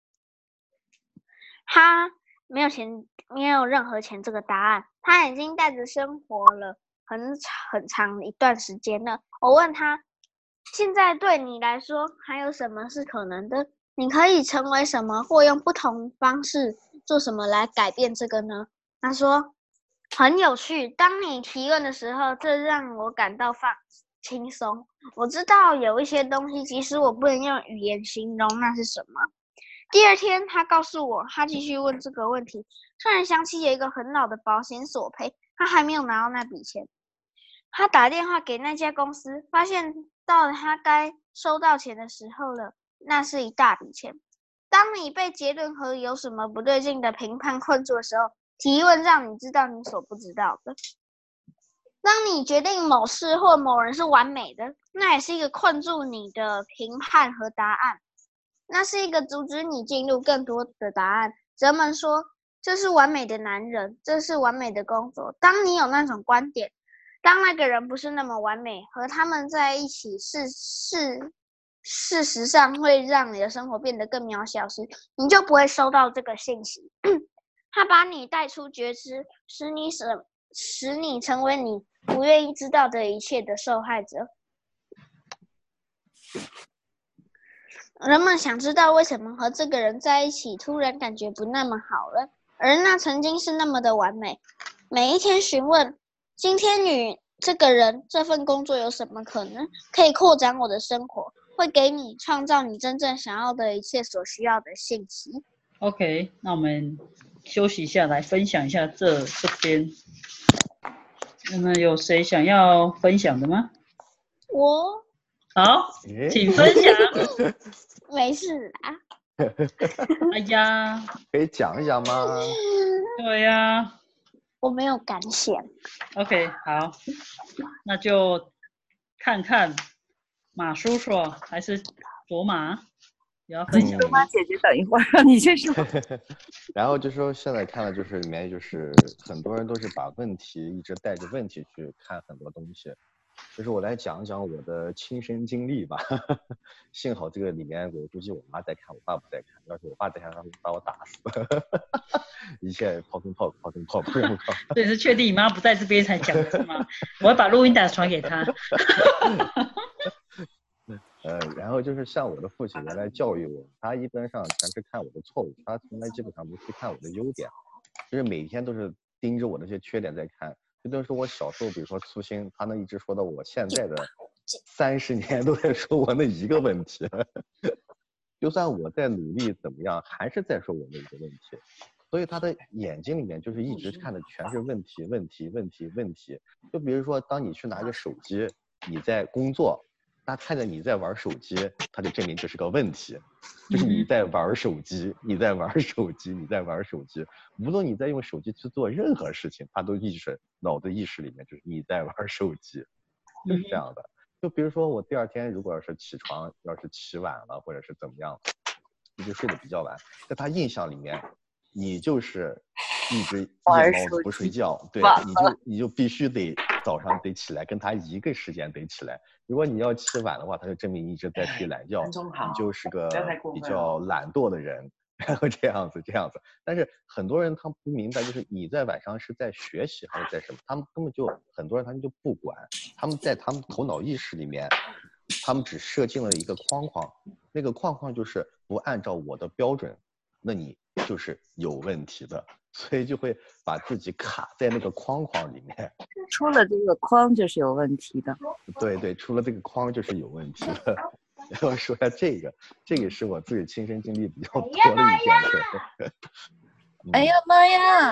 他没有钱，没有任何钱这个答案，他已经带着生活了很很长一段时间了。我问他，现在对你来说还有什么是可能的？你可以成为什么，或用不同方式做什么来改变这个呢？他说很有趣，当你提问的时候，这让我感到放轻松。我知道有一些东西，即使我不能用语言形容那是什么。第二天，他告诉我，他继续问这个问题。突然想起有一个很老的保险索赔，他还没有拿到那笔钱。他打电话给那家公司，发现到了他该收到钱的时候了，那是一大笔钱。当你被结论和有什么不对劲的评判困住的时候，提问让你知道你所不知道的。当你决定某事或某人是完美的，那也是一个困住你的评判和答案。那是一个阻止你进入更多的答案。人们说，这是完美的男人，这是完美的工作。当你有那种观点，当那个人不是那么完美，和他们在一起是是事实上会让你的生活变得更渺小时，你就不会收到这个信息。他把你带出觉知，使你使使你成为你不愿意知道的一切的受害者。人们想知道为什么和这个人在一起突然感觉不那么好了，而那曾经是那么的完美。每一天询问，今天与这个人这份工作有什么可能可以扩展我的生活，会给你创造你真正想要的一切所需要的信息。 OK， 那我们休息一下，来分享一下这这边。那么有谁想要分享的吗？ 我好，请分享。 没事啦。 哎呀， 可以讲一讲吗？ 对呀、啊， 我没有感想。 OK， 好，那就看看马叔叔还是卓玛也要分享卓玛姐姐，等一会儿，你先说。 然后就说现在看的就是里面就是很多人都是把问题一直带着问题去看很多东西，就是我来讲讲我的亲身经历吧。幸好这个里面我估计我妈在看，我爸不在看，要是我爸在看，他会把我打死。一切抛空炮抛空炮抛空炮。 对，是确定你妈不在这边才讲的是吗？我会把录音档传给他。 呃，然后就是像我的父亲原来教育我，他一般上全是看我的错误，他从来基本上不去看我的优点，就是每天都是盯着我那些缺点在看。就等于说我小时候，比如说粗心，他能一直说到我现在的三十年都在说我那一个问题。就算我在努力怎么样，还是在说我那一个问题。所以他的眼睛里面就是一直看的全是问题，问题，问题，问题。就比如说，当你去拿着手机，你在工作。他看着你在玩手机，他就证明这是个问题，就是你在玩手机，你在玩手机，你在玩手机。无论你在用手机去做任何事情，他都意识脑子意识里面就是你在玩手机，就是这样的。就比如说我第二天如果要是起床，要是起晚了或者是怎么样，一直睡得比较晚，在他印象里面，你就是一直夜猫子不睡觉，对，你就你就必须得早上得起来，跟他一个时间得起来。如果你要起晚的话，他就证明你一直在睡懒觉，你就是个比较懒惰的人，然后这样子这样子。但是很多人他不明白，就是你在晚上是在学习还是在什么，他们根本就很多人他们就不管，他们在他们头脑意识里面，他们只设定了一个框框，那个框框就是不按照我的标准，那你就是有问题的。所以就会把自己卡在那个框框里面， 出了这个框就是有问题的。 对对，出了这个框就是有问题的。然后说下这个，这个是我自己亲身经历比较多的一件事。 哎呀妈呀！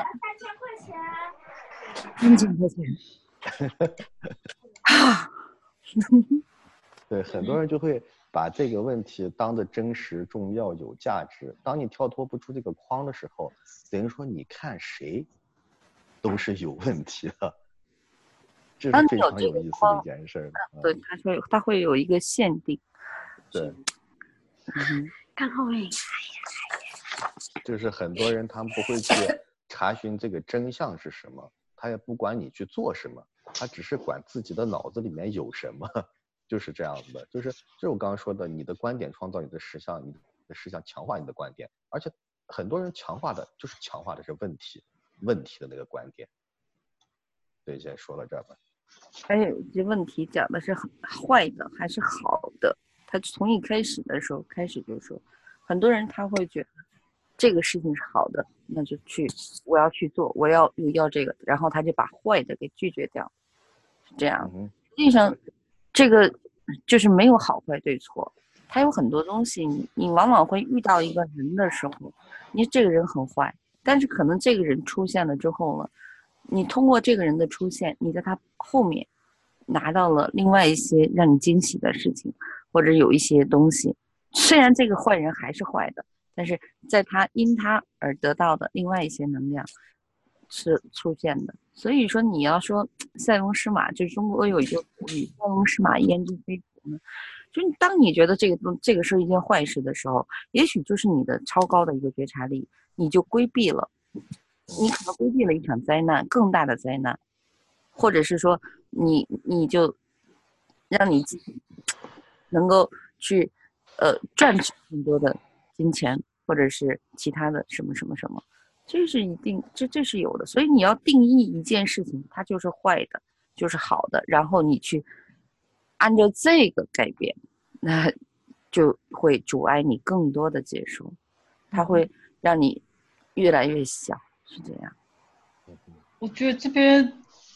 三千块钱。啊！ 对，很多人就会把这个问题当着真实、重要、有价值。当你跳脱不出这个框的时候，等于说你看谁都是有问题的，这是非常有意思的一件事。 对，它会它会有一个限定。 对， 嗯， 看后面。 就是很多人他们不会去查询这个真相是什么，他也不管你去做什么，他只是管自己的脑子里面有什么。就是这样子的，就是就是我刚刚说的，你的观点创造你的实相，你的实相强化你的观点，而且很多人强化的就是强化的是问题，问题的那个观点。对，先说到这儿吧。 还有这问题讲的是很坏的还是好的？他从一开始的时候开始就说，很多人他会觉得这个事情是好的，那就去，我要去做，我要要这个，然后他就把坏的给拒绝掉，是这样。 嗯、 实际上，这个就是没有好坏对错，它有很多东西，你你往往会遇到一个人的时候，你这个人很坏，但是可能这个人出现了之后了，你通过这个人的出现，你在他后面拿到了另外一些让你惊喜的事情，或者有一些东西，虽然这个坏人还是坏的，但是在他因他而得到的另外一些能量是出现的。所以说你要说塞翁失马，就是中国有一句古语，塞翁失马焉知非福呢？就当你觉得这个这个是一件坏事的时候，也许就是你的超高的一个觉察力，你就规避了，你可能规避了一场灾难，更大的灾难，或者是说你你就让你自己能够去呃赚取更多的金钱，或者是其他的什么什么什么。这是一定，这这是有的，所以你要定义一件事情，它就是坏的，就是好的，然后你去按照这个改变，那就会阻碍你更多的接受，它会让你越来越小，是这样。 我觉得这边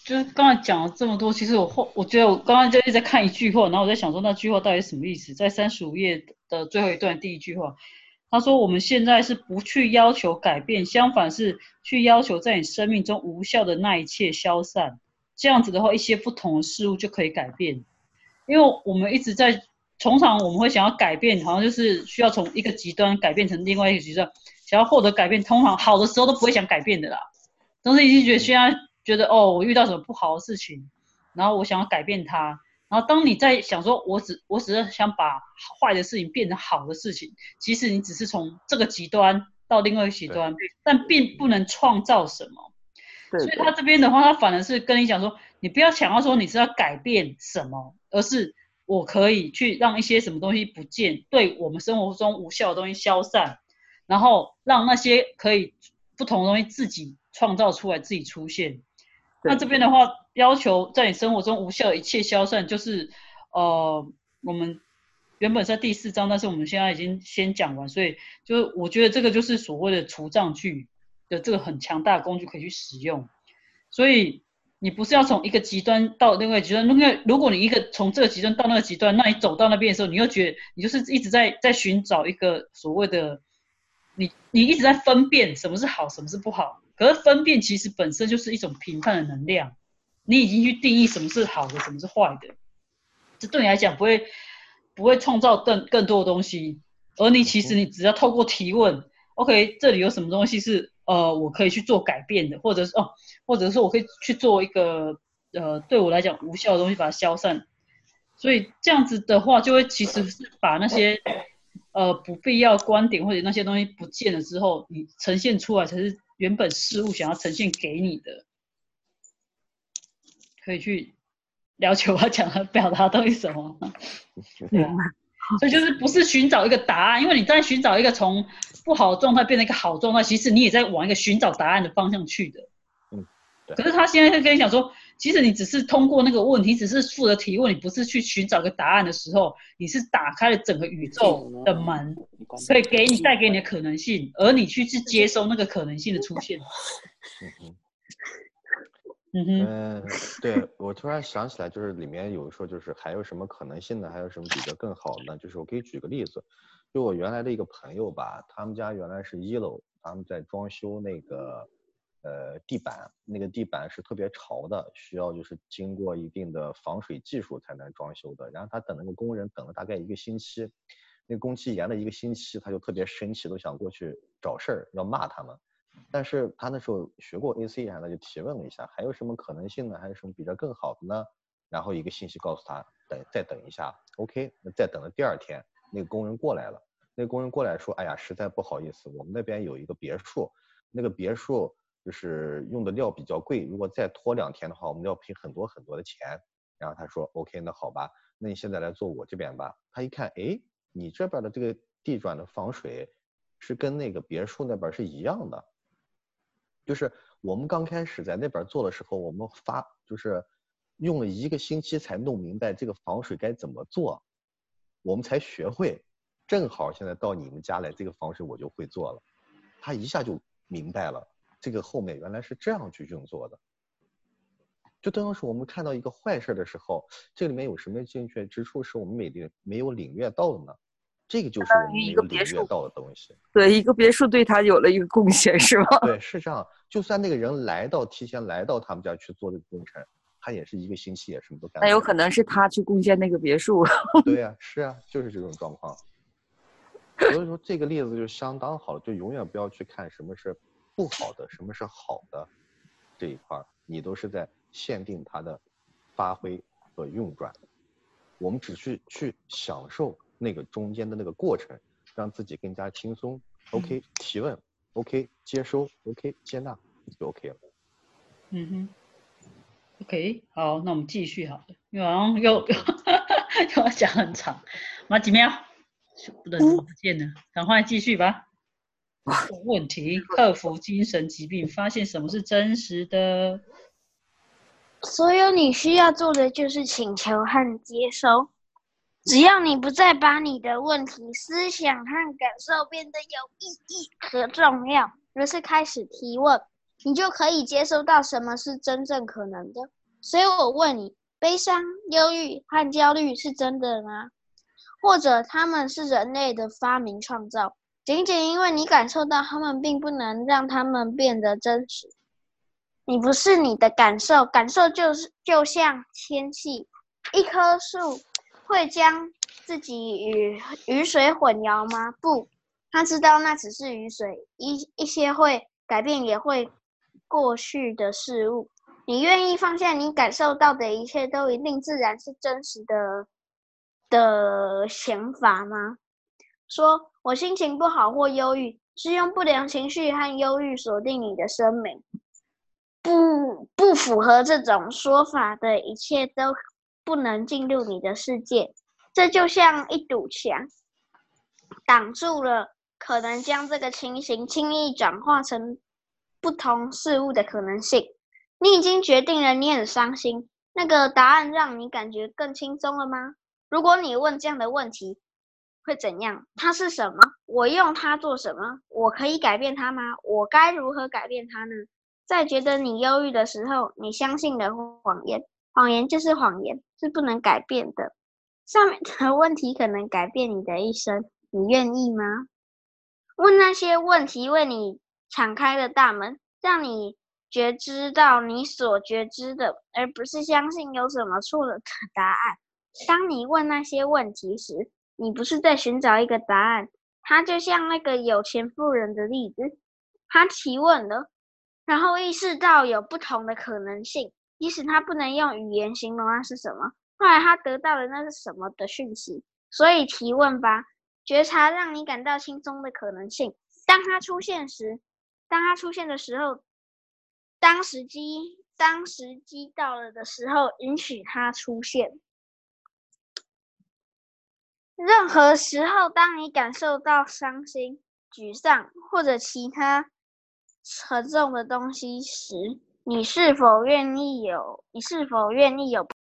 就是刚才讲了这么多，其实我后我觉得我刚刚就一直在看一句话，然后我在想说那句话到底是什么意思？在三十五页的最后一段第一句话，他说我们现在是不去要求改变，相反是去要求在你生命中无效的那一切消散。这样子的话，一些不同的事物就可以改变。因为我们一直在，通常我们会想要改变，好像就是需要从一个极端改变成另外一个极端，想要获得改变，通常好的时候都不会想改变的啦，都是已经觉得现在觉得哦，我遇到什么不好的事情，然后我想要改变它。然后当你在想说我只我只是想把坏的事情变成好的事情，其实你只是从这个极端到另外一个极端，但并不能创造什么。所以他这边的话，他反而是跟你讲说，你不要想要说你是要改变什么，而是我可以去让一些什么东西不见，对我们生活中无效的东西消散，然后让那些可以不同的东西自己创造出来，自己出现。那这边的话，要求在你生活中无效的一切消散，就是呃，我们原本在第四章，但是我们现在已经先讲完，所以就是我觉得这个就是所谓的除障句的这个很强大的工具可以去使用。所以你不是要从一个极端到另外一个极端，因为如果你一个从这个极端到那个极端，那你走到那边的时候，你又觉得你就是一直在在寻找一个所谓的你你一直在分辨什么是好，什么是不好。可是分辨其实本身就是一种评判的能量，你已经去定义什么是好的，什么是坏的，这对你来讲不会不会创造更更多的东西，而你其实你只要透过提问 ，OK， 这里有什么东西是呃我可以去做改变的，或者是哦，或者是我可以去做一个呃对我来讲无效的东西把它消散，所以这样子的话，就会其实是把那些呃不必要观点或者那些东西不见了之后，你呈现出来才是原本事物想要呈现给你的，可以去了解我要讲的表达到底什么。对啊，所以就是不是寻找一个答案，因为你在寻找一个从不好的状态变成一个好状态，其实你也在往一个寻找答案的方向去的。 嗯，对。 可是他现在跟你讲说，其实你只是通过那个问题，只是负责提问，你不是去寻找个答案的时候，你是打开了整个宇宙的门，可以给你带给你的可能性，而你去去接收那个可能性的出现。 嗯哼。 嗯哼， 嗯，对，我突然想起来，就是里面有说，就是还有什么可能性呢？还有什么比较更好的呢？就是我可以举个例子，就我原来的一个朋友吧，他们家原来是一楼，他们在装修那个呃地板，那个地板是特别潮的，需要就是经过一定的防水技术才能装修的。然后他等那个工人等了大概一个星期，那个工期延了一个星期，他就特别生气，都想过去找事儿，要骂他们。但是他那时候学过 A C， 然后他就提问了一下，还有什么可能性呢？还有什么比较更好的呢？然后一个信息告诉他，等再等一下 ，OK， 那再等了第二天，那个工人过来了，那个工人过来说，哎呀，实在不好意思，我们那边有一个别墅，那个别墅就是用的料比较贵，如果再拖两天的话，我们要赔很多很多的钱。然后他说 OK， 那好吧，那你现在来做我这边吧。他一看，哎，你这边的这个地砖的防水是跟那个别墅那边是一样的。就是我们刚开始在那边做的时候，我们发就是用了一个星期才弄明白这个防水该怎么做，我们才学会。正好现在到你们家来，这个防水我就会做了。他一下就明白了，这个后面原来是这样去运作的。就当时我们看到一个坏事的时候，这里面有什么精确之处是我们没领没有领略到的呢？这个就是我们没有领略到的东西。 对，一个别墅对他有了一个贡献，是吗？ 对，是这样。就算那个人来到提前来到他们家去做这个工程，他也是一个星期也什么都干不了。 那有可能是他去贡献那个别墅。 对呀、啊，是啊，就是这种状况。所以说这个例子就相当好，就永远不要去看什么是不好的，什么是好的这一块，你都是在限定它的发挥和运转。我们只去去享受那个中间的那个过程，让自己更加轻松。OK， 提问 ，OK， 接收 ，OK， 接纳就 OK 了。 嗯哼 ，OK， 好，那我们继续好了，因为好像又又要讲很长，马几秒，人不见了，赶快继续吧。问题：克服精神疾病，发现什么是真实的。 所有你需要做的就是请求和接收。只要你不再把你的问题、思想和感受变得有意义和重要，而是开始提问， 你就可以接受到什么是真正可能的。所以我问你，悲伤、忧郁和焦虑是真的吗？或者他们是人类的发明创造，仅仅因为你感受到他们，并不能让他们变得真实。你不是你的感受，感受就是就像天气，一棵树会将自己与雨水混淆吗？不，他知道那只是雨水，一一些会改变也会过去的事物。你愿意放下你感受到的一切都一定自然是真实的的想法吗？说我心情不好或忧郁，是用不良情绪和忧郁锁定你的生命。不不符合这种说法的一切都不能进入你的世界。这就像一堵墙，挡住了可能将这个情形轻易转化成不同事物的可能性。你已经决定了你很伤心，那个答案让你感觉更轻松了吗？如果你问这样的问题，会怎样？它是什么？我用它做什么？我可以改变它吗？我该如何改变它呢？在觉得你忧郁的时候，你相信的谎言，谎言就是谎言，是不能改变的。上面的问题可能改变你的一生，你愿意吗？问那些问题为你敞开了大门，让你觉知到你所觉知的，而不是相信有什么错了的答案。当你问那些问题时，你不是在寻找一个答案，它就像那个有钱妇人的例子，他提问了，然后意识到有不同的可能性，即使他不能用语言形容那是什么，后来他得到了那是什么的讯息。所以提问吧，觉察让你感到轻松的可能性。当它出现时，当它出现的时候，当时机当时机到了的时候，允许它出现。任何时候，当你感受到伤心、沮丧或者其他沉重的东西时，你是否愿意有？你是否愿意有？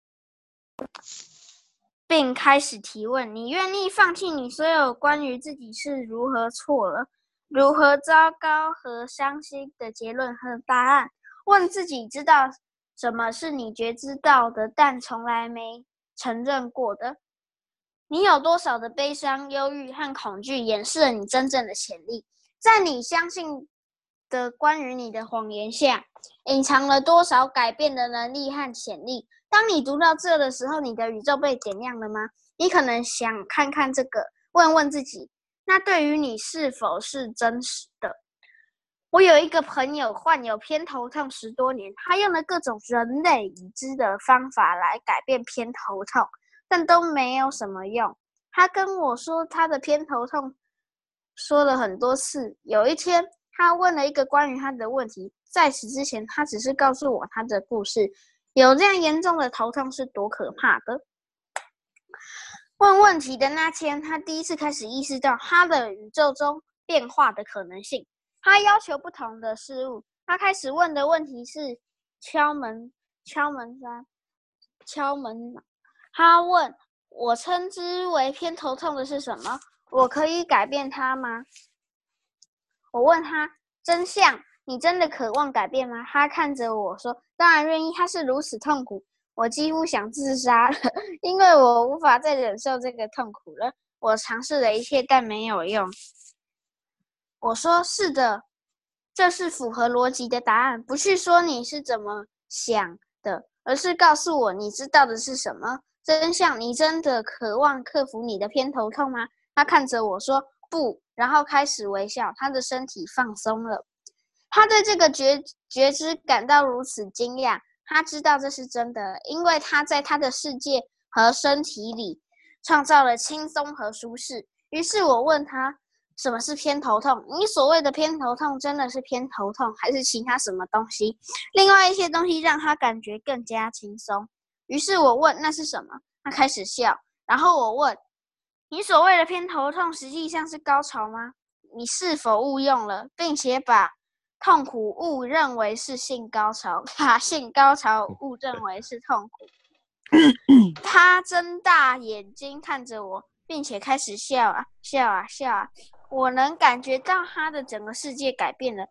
并开始提问，你愿意放弃你所有关于自己是如何错了、如何糟糕和伤心的结论和答案？问自己知道什么是你觉知到的，但从来没承认过的。你有多少的悲伤、忧郁和恐惧掩饰了你真正的潜力？在你相信的关于你的谎言下，隐藏了多少改变的能力和潜力？当你读到这的时候，你的宇宙被点亮了吗？你可能想看看这个，问问自己，那对于你是否是真实的？我有一个朋友患有偏头痛十多年，他用了各种人类已知的方法来改变偏头痛，但都没有什么用。他跟我说他的偏头痛说了很多次。有一天，他问了一个关于他的问题，在此之前，他只是告诉我他的故事。有这样严重的头痛是多可怕的。问问题的那天，他第一次开始意识到他的宇宙中变化的可能性。他要求不同的事物。他开始问的问题是敲门、敲门山、敲门。他问我称之为偏头痛的是什么？我可以改变它吗？我问他真相，你真的渴望改变吗？他看着我说，当然愿意。他是如此痛苦，我几乎想自杀了，因为我无法再忍受这个痛苦了。我尝试了一切，但没有用。我说是的，这是符合逻辑的答案。不去说你是怎么想的，而是告诉我你知道的是什么真相。你真的渴望克服你的偏头痛吗？他看着我说不，然后开始微笑，他的身体放松了。他对这个 觉, 觉知感到如此惊讶，他知道这是真的，因为他在他的世界和身体里创造了轻松和舒适。于是我问他什么是偏头痛？你所谓的偏头痛真的是偏头痛，还是其他什么东西？另外一些东西让他感觉更加轻松。于是我问那是什么？他开始笑。然后我问你所谓的偏头痛实际上是高潮吗？你是否误用了，并且把痛苦误认为是性高潮，把性高潮误认为是痛苦？他睁大眼睛看着我，并且开始笑啊笑啊笑啊。我能感觉到他的整个世界改变了。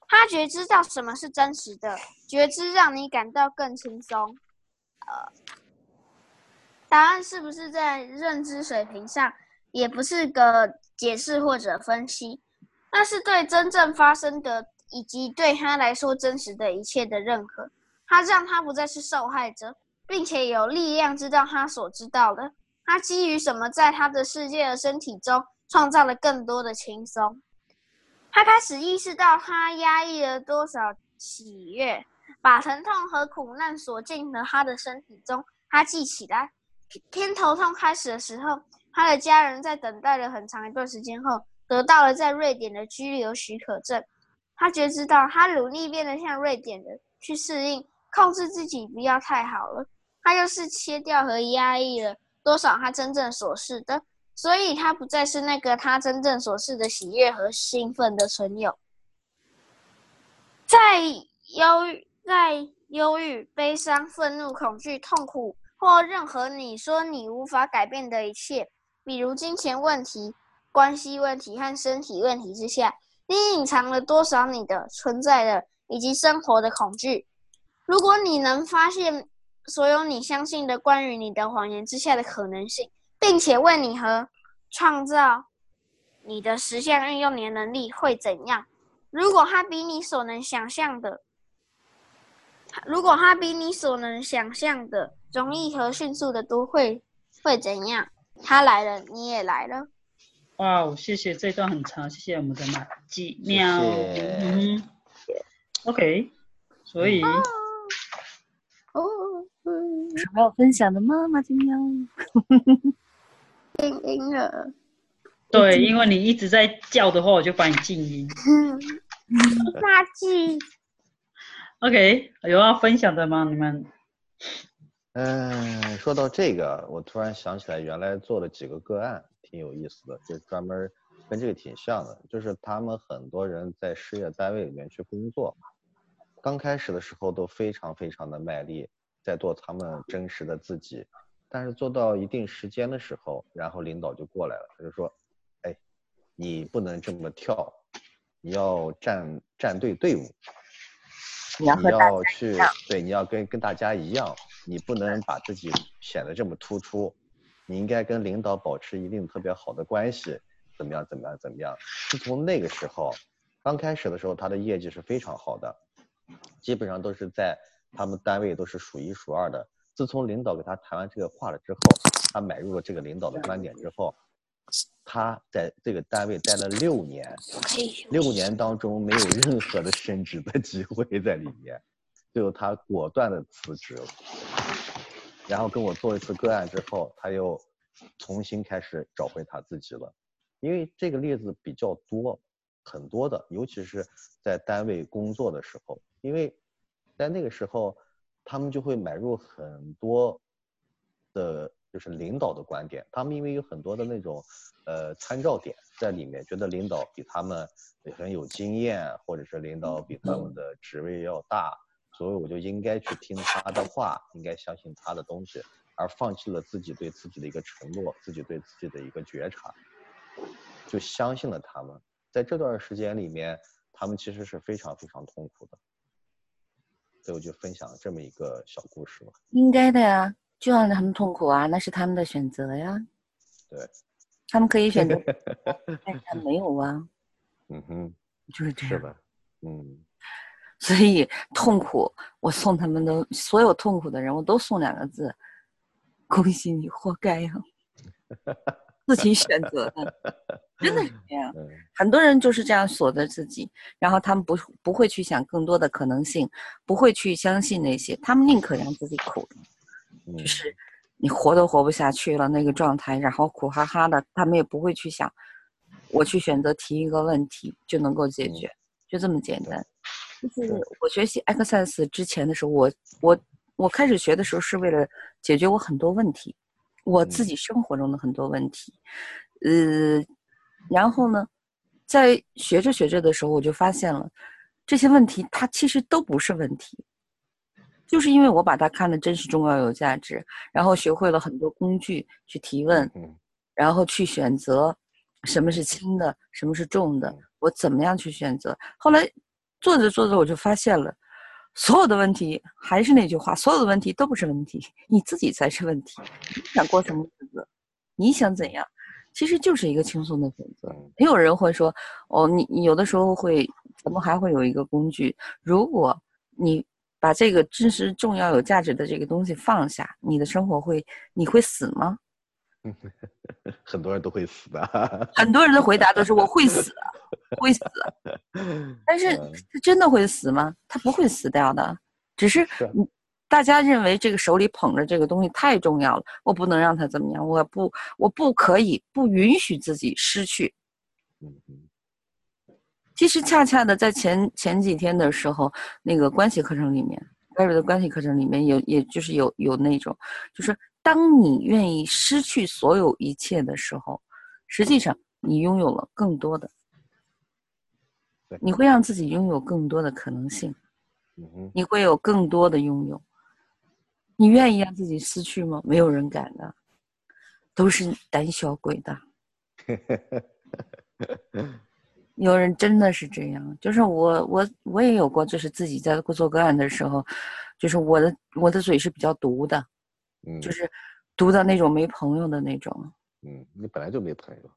他觉知到什么是真实的，觉知让你感到更轻松。呃，答案是不是在认知水平上，也不是个解释或者分析，那是对真正发生的以及对他来说真实的一切的认可。他让他不再是受害者，并且有力量知道他所知道的。他基于什么在他的世界和身体中创造了更多的轻松。他开始意识到他压抑了多少喜悦，把疼痛和苦难锁进了他的身体中。他记起来，偏头痛开始的时候，他的家人在等待了很长一段时间后，得到了在瑞典的居留许可证。他觉知到他努力变得像瑞典人，去适应，控制自己不要太好了。他又是切掉和压抑了多少他真正所示的，所以他不再是那个他真正所示的喜悦和兴奋的存有。在忧郁、在忧郁、悲伤、愤怒、恐惧、痛苦或任何你说你无法改变的一切，比如金钱问题、关系问题和身体问题之下，你隐藏了多少你的存在的以及生活的恐惧？如果你能发现所有你相信的关于你的谎言之下的可能性，并且为你和创造你的实相运用你的能力会怎样？如果它比你所能想象的，如果它比你所能想象的容易和迅速的多，会会怎样？它来了，你也来了。 哇哦，谢谢，这段很长，谢谢我们的马吉喵。 谢谢嗯 ，OK， 所以。 哦哦， 有什么要分享的吗，马金喵？ 静音了。 对，因为你一直在叫的话，我就把你静音。 垃圾。 OK， 有要分享的吗？你们？ 嗯，说到这个，我突然想起来，原来做了几个个案，挺有意思的，就专门跟这个挺像的，就是他们很多人在事业单位里面去工作，刚开始的时候都非常非常的卖力，在做他们真实的自己，但是做到一定时间的时候，然后领导就过来了，他就说，哎，你不能这么跳，你要站站对队伍。 你要你和大要去家一样， 对，你要跟跟大家一样，你不能把自己显得这么突出，你应该跟领导保持一定特别好的关系，怎么样怎么样怎么样。自从那个时候，刚开始的时候，他的业绩是非常好的，基本上都是在他们单位都是数一数二的。自从领导给他谈完这个话了之后，他买入了这个领导的观点之后，他在这个单位待了六年，六年当中没有任何的升职的机会在里面，最后他果断的辞职了，然后跟我做一次个案之后，他又重新开始找回他自己了。因为这个例子比较多，很多的，尤其是在单位工作的时候，因为在那个时候他们就会买入很多的就是领导的观点，他们因为有很多的那种呃参照点在里面，觉得领导比他们很有经验，或者是领导比他们的职位要大，所以我就应该去听他的话，应该相信他的东西，而放弃了自己对自己的一个承诺，自己对自己的一个觉察，就相信了他们。在这段时间里面，他们其实是非常非常痛苦的，所以我就分享这么一个小故事吧。 应该的呀，就让他们痛苦啊，那是他们的选择呀。 对， 他们可以选择，但是他没有啊。 嗯哼， 就是这样。 是的，嗯。 所以痛苦，我送他们的所有痛苦的人，我都送两个字：恭喜你，活该呀！自己选择的，真的是这样。很多人就是这样锁着自己，然后他们不不会去想更多的可能性，不会去相信那些，他们宁可让自己苦，就是你活都活不下去了那个状态，然后苦哈哈的，他们也不会去想，我去选择提一个问题就能够解决，就这么简单。就是我学习 Access 之前的时候，我我我开始学的时候是为了解决我很多问题，我自己生活中的很多问题，呃，然后呢，在学着学着的时候，我就发现了这些问题它其实都不是问题，就是因为我把它看得真实重要有价值，然后学会了很多工具去提问，然后去选择什么是轻的，什么是重的，我怎么样去选择。后来做着做着我就发现了，所有的问题还是那句话，所有的问题都不是问题，你自己才是问题。你想过什么日子，你想怎样，其实就是一个轻松的选择。没有人会说，哦，你你有的时候会，咱们还会有一个工具，如果你把这个真实重要有价值的这个东西放下，你的生活会，你会死吗？ 很多人都会死的。 很多人的回答都是我会死，会死。但是他真的会死吗？他不会死掉的，只是大家认为这个手里捧着这个东西太重要了，我不能让他怎么样，我不，我不可以，不允许自己失去。其实恰恰的在前前几天的时候，那个关系课程里面，艾瑞的关系课程里面有，也就是有有那种，就是当你愿意失去所有一切的时候，实际上你拥有了更多的，你会让自己拥有更多的可能性，你会有更多的拥有。你愿意让自己失去吗？没有人敢的，都是胆小鬼的。有人真的是这样，就是我我我也有过，就是自己在做个案的时候，就是我的我的嘴是比较毒的，嗯，就是毒到那种没朋友的那种。 嗯，你本来就没朋友。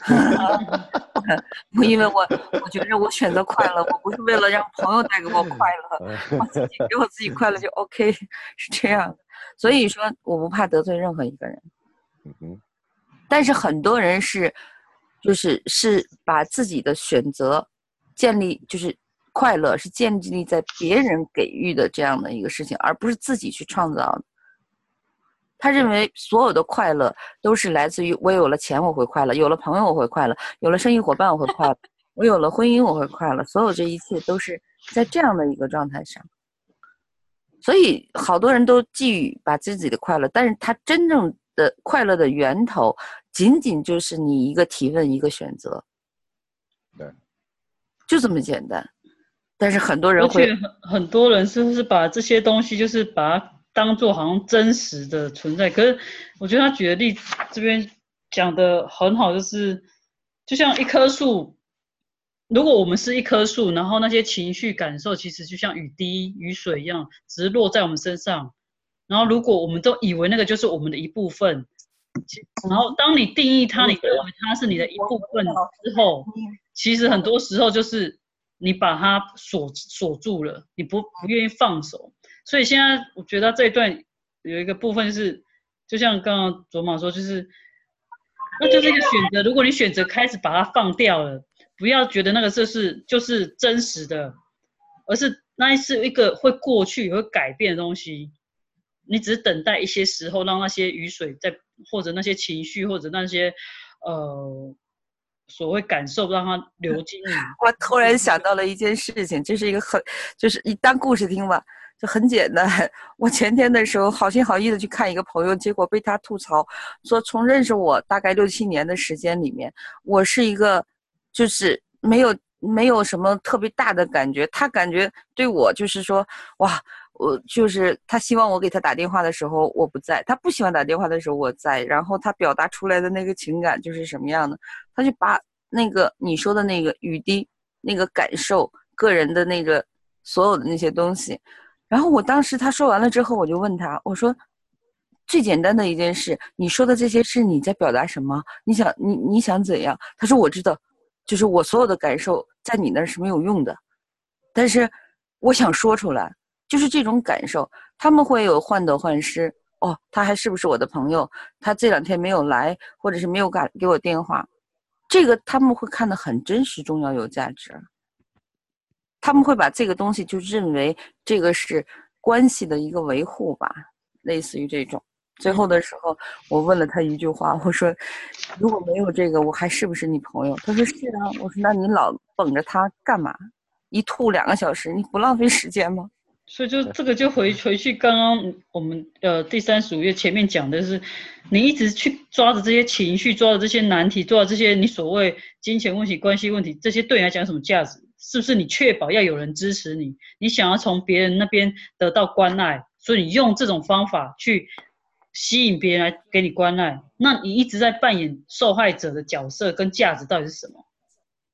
因为我我觉得我选择快乐，我不是为了让朋友带给我快乐，我自己给我自己快乐就 OK， 是这样的。所以说我不怕得罪任何一个人。嗯，但是很多人是。就是是把自己的选择建立，就是快乐是建立在别人给予的这样的一个事情，而不是自己去创造的。他认为所有的快乐都是来自于我有了钱我会快乐，有了朋友我会快乐，有了生意伙伴我会快乐，我有了婚姻我会快乐，所有这一切都是在这样的一个状态上。所以好多人都寄予把自己的快乐，但是他真正的快乐的源头仅仅就是你一个提问一个选择， 对， 就这么简单。但是很多人会， 而且很多人是不是把这些东西就是把它当作好像真实的存在？可是我觉得他举的例子这边讲的很好，就是就像一棵树，如果我们是一棵树，然后那些情绪感受其实就像雨滴雨水一样，只是落在我们身上。然后如果我们都以为那个就是我们的一部分，然后当你定义它，你认为它是你的一部分之后，其实很多时候就是你把它锁锁住了，你不不愿意放手。所以现在我觉得这一段有一个部分是，就像刚刚卓玛说，就是那就是一个选择。如果你选择开始把它放掉了，不要觉得那个就是就是真实的，而是那是一个会过去会改变的东西。你只是等待一些时候，让那些雨水在，或者那些情绪，或者那些呃所谓感受，让它流进你。 我突然想到了一件事情，这是一个很，就是你当故事听吧，就很简单。我前天的时候好心好意的去看一个朋友，结果被他吐槽说，从认识我大概六七年的时间里面，我是一个就是没有没有什么特别大的感觉，他感觉对我就是说，哇。我就是他希望我给他打电话的时候我不在，他不喜欢打电话的时候我在，然后他表达出来的那个情感就是什么样的，他就把那个你说的那个雨滴那个感受个人的那个所有的那些东西，然后我当时他说完了之后我就问他，我说最简单的一件事，你说的这些事你在表达什么？你想你你想怎样？他说我知道，就是我所有的感受在你那是没有用的，但是我想说出来。就是这种感受，他们会有患得患失。哦，他还是不是我的朋友？他这两天没有来，或者是没有给给我电话，这个他们会看得很真实、重要、有价值。他们会把这个东西就认为这个是关系的一个维护吧，类似于这种。最后的时候，我问了他一句话，我说：“如果没有这个，我还是不是你朋友？”他说：“是啊。”我说：“那你老绷着他干嘛？一吐两个小时，你不浪费时间吗？” 所以就这个就回回去刚刚我们呃第三十五页前面讲的是，你一直去抓着这些情绪，抓着这些难题，抓着这些你所谓金钱问题、关系问题，这些对你来讲有什么价值？是不是你确保要有人支持你？你想要从别人那边得到关爱，所以你用这种方法去吸引别人来给你关爱，那你一直在扮演受害者的角色跟价值到底是什么？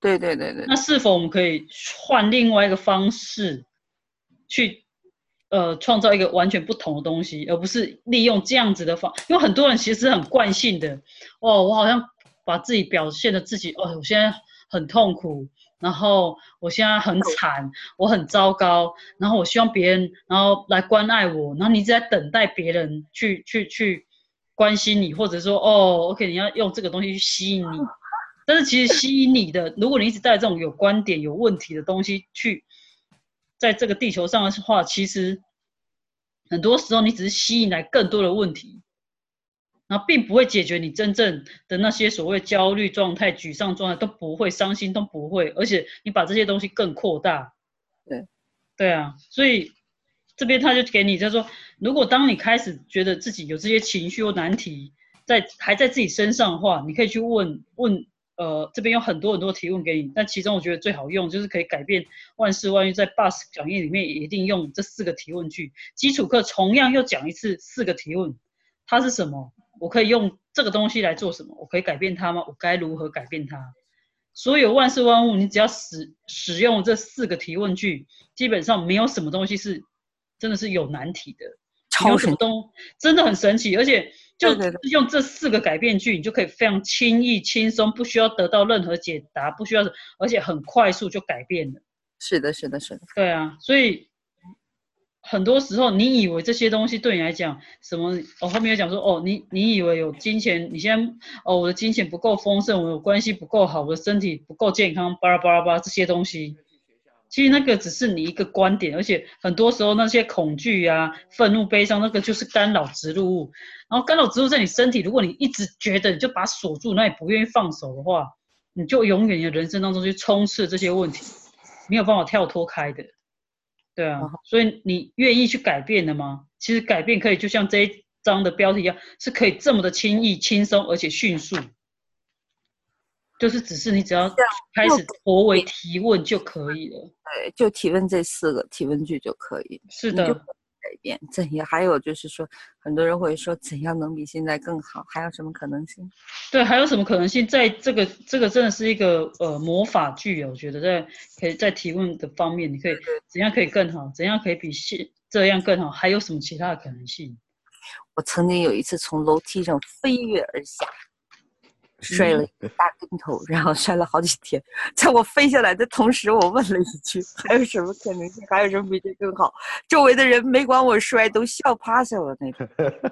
对对对对。 那是否我们可以换另外一个方式去呃创造一个完全不同的东西，而不是利用这样子的方？因为很多人其实很惯性的，哦，我好像把自己表现的自己，哦，我现在很痛苦，然后我现在很惨，我很糟糕，然后我希望别人然后来关爱我，然后你一直在等待别人去去去关心你，或者说哦 OK 你要用这个东西去吸引你，但是其实吸引你的，如果你一直带这种有观点有问题的东西去在这个地球上的话，其实很多时候你只是吸引来更多的问题，然后并不会解决你真正的那些所谓焦虑状态、沮丧状态，都不会，伤心都不会，而且你把这些东西更扩大。 对， 对啊，所以这边他就给你，就是说，如果当你开始觉得自己有这些情绪或难题在还在自己身上的话，你可以去问问，呃，这边有很多很多提问给你，但其中我觉得最好用就是可以改变万事万物，在 B U S 讲义里面也一定用这四个提问句。基础课同样又讲一次四个提问，它是什么？我可以用这个东西来做什么？我可以改变它吗？我该如何改变它？所有万事万物，你只要使使用这四个提问句，基本上没有什么东西是真的是有难题的，没有什么东真的很神奇，而且就用这四个改变句，你就可以非常轻易轻松，不需要得到任何解答，不需要，而且很快速就改变了。 是的，是的，是的。 对啊，所以很多时候你以为这些东西对你来讲什么，我、哦、后面有讲说，哦，你你以为有金钱，你现在哦，我的金钱不够丰盛，我的关系不够好，我的身体不够健康，巴拉巴拉巴拉这些东西，其实那个只是你一个观点，而且很多时候那些恐惧啊、愤怒、悲伤，那个就是干扰植入物，然后干扰植入在你身体，如果你一直觉得你就把它锁住，那你不愿意放手的话，你就永远你的人生当中去充斥这些问题，没有办法跳脱开的。对啊，所以你愿意去改变的吗？其实改变可以就像这一章的标题一样，是可以这么的轻易、轻松，而且迅速。就是只是你只要开始活为提问就可以了。 对，就提问这四个提问句就可以。 是的。 你就改变怎样？还有就是说，很多人会说怎样能比现在更好？还有什么可能性？ 对，还有什么可能性？在这个这个真的是一个呃魔法句啊！我觉得在可以在提问的方面，你可以怎样可以更好？怎样可以比现这样更好？还有什么其他的可能性？ 我曾经有一次从楼梯上飞跃而下，摔了一个大跟头，然后摔了好几天。在我飞下来的同时，我问了一句：“还有什么可能性？还有什么比这更好？”周围的人没管我摔，都笑趴下了那种。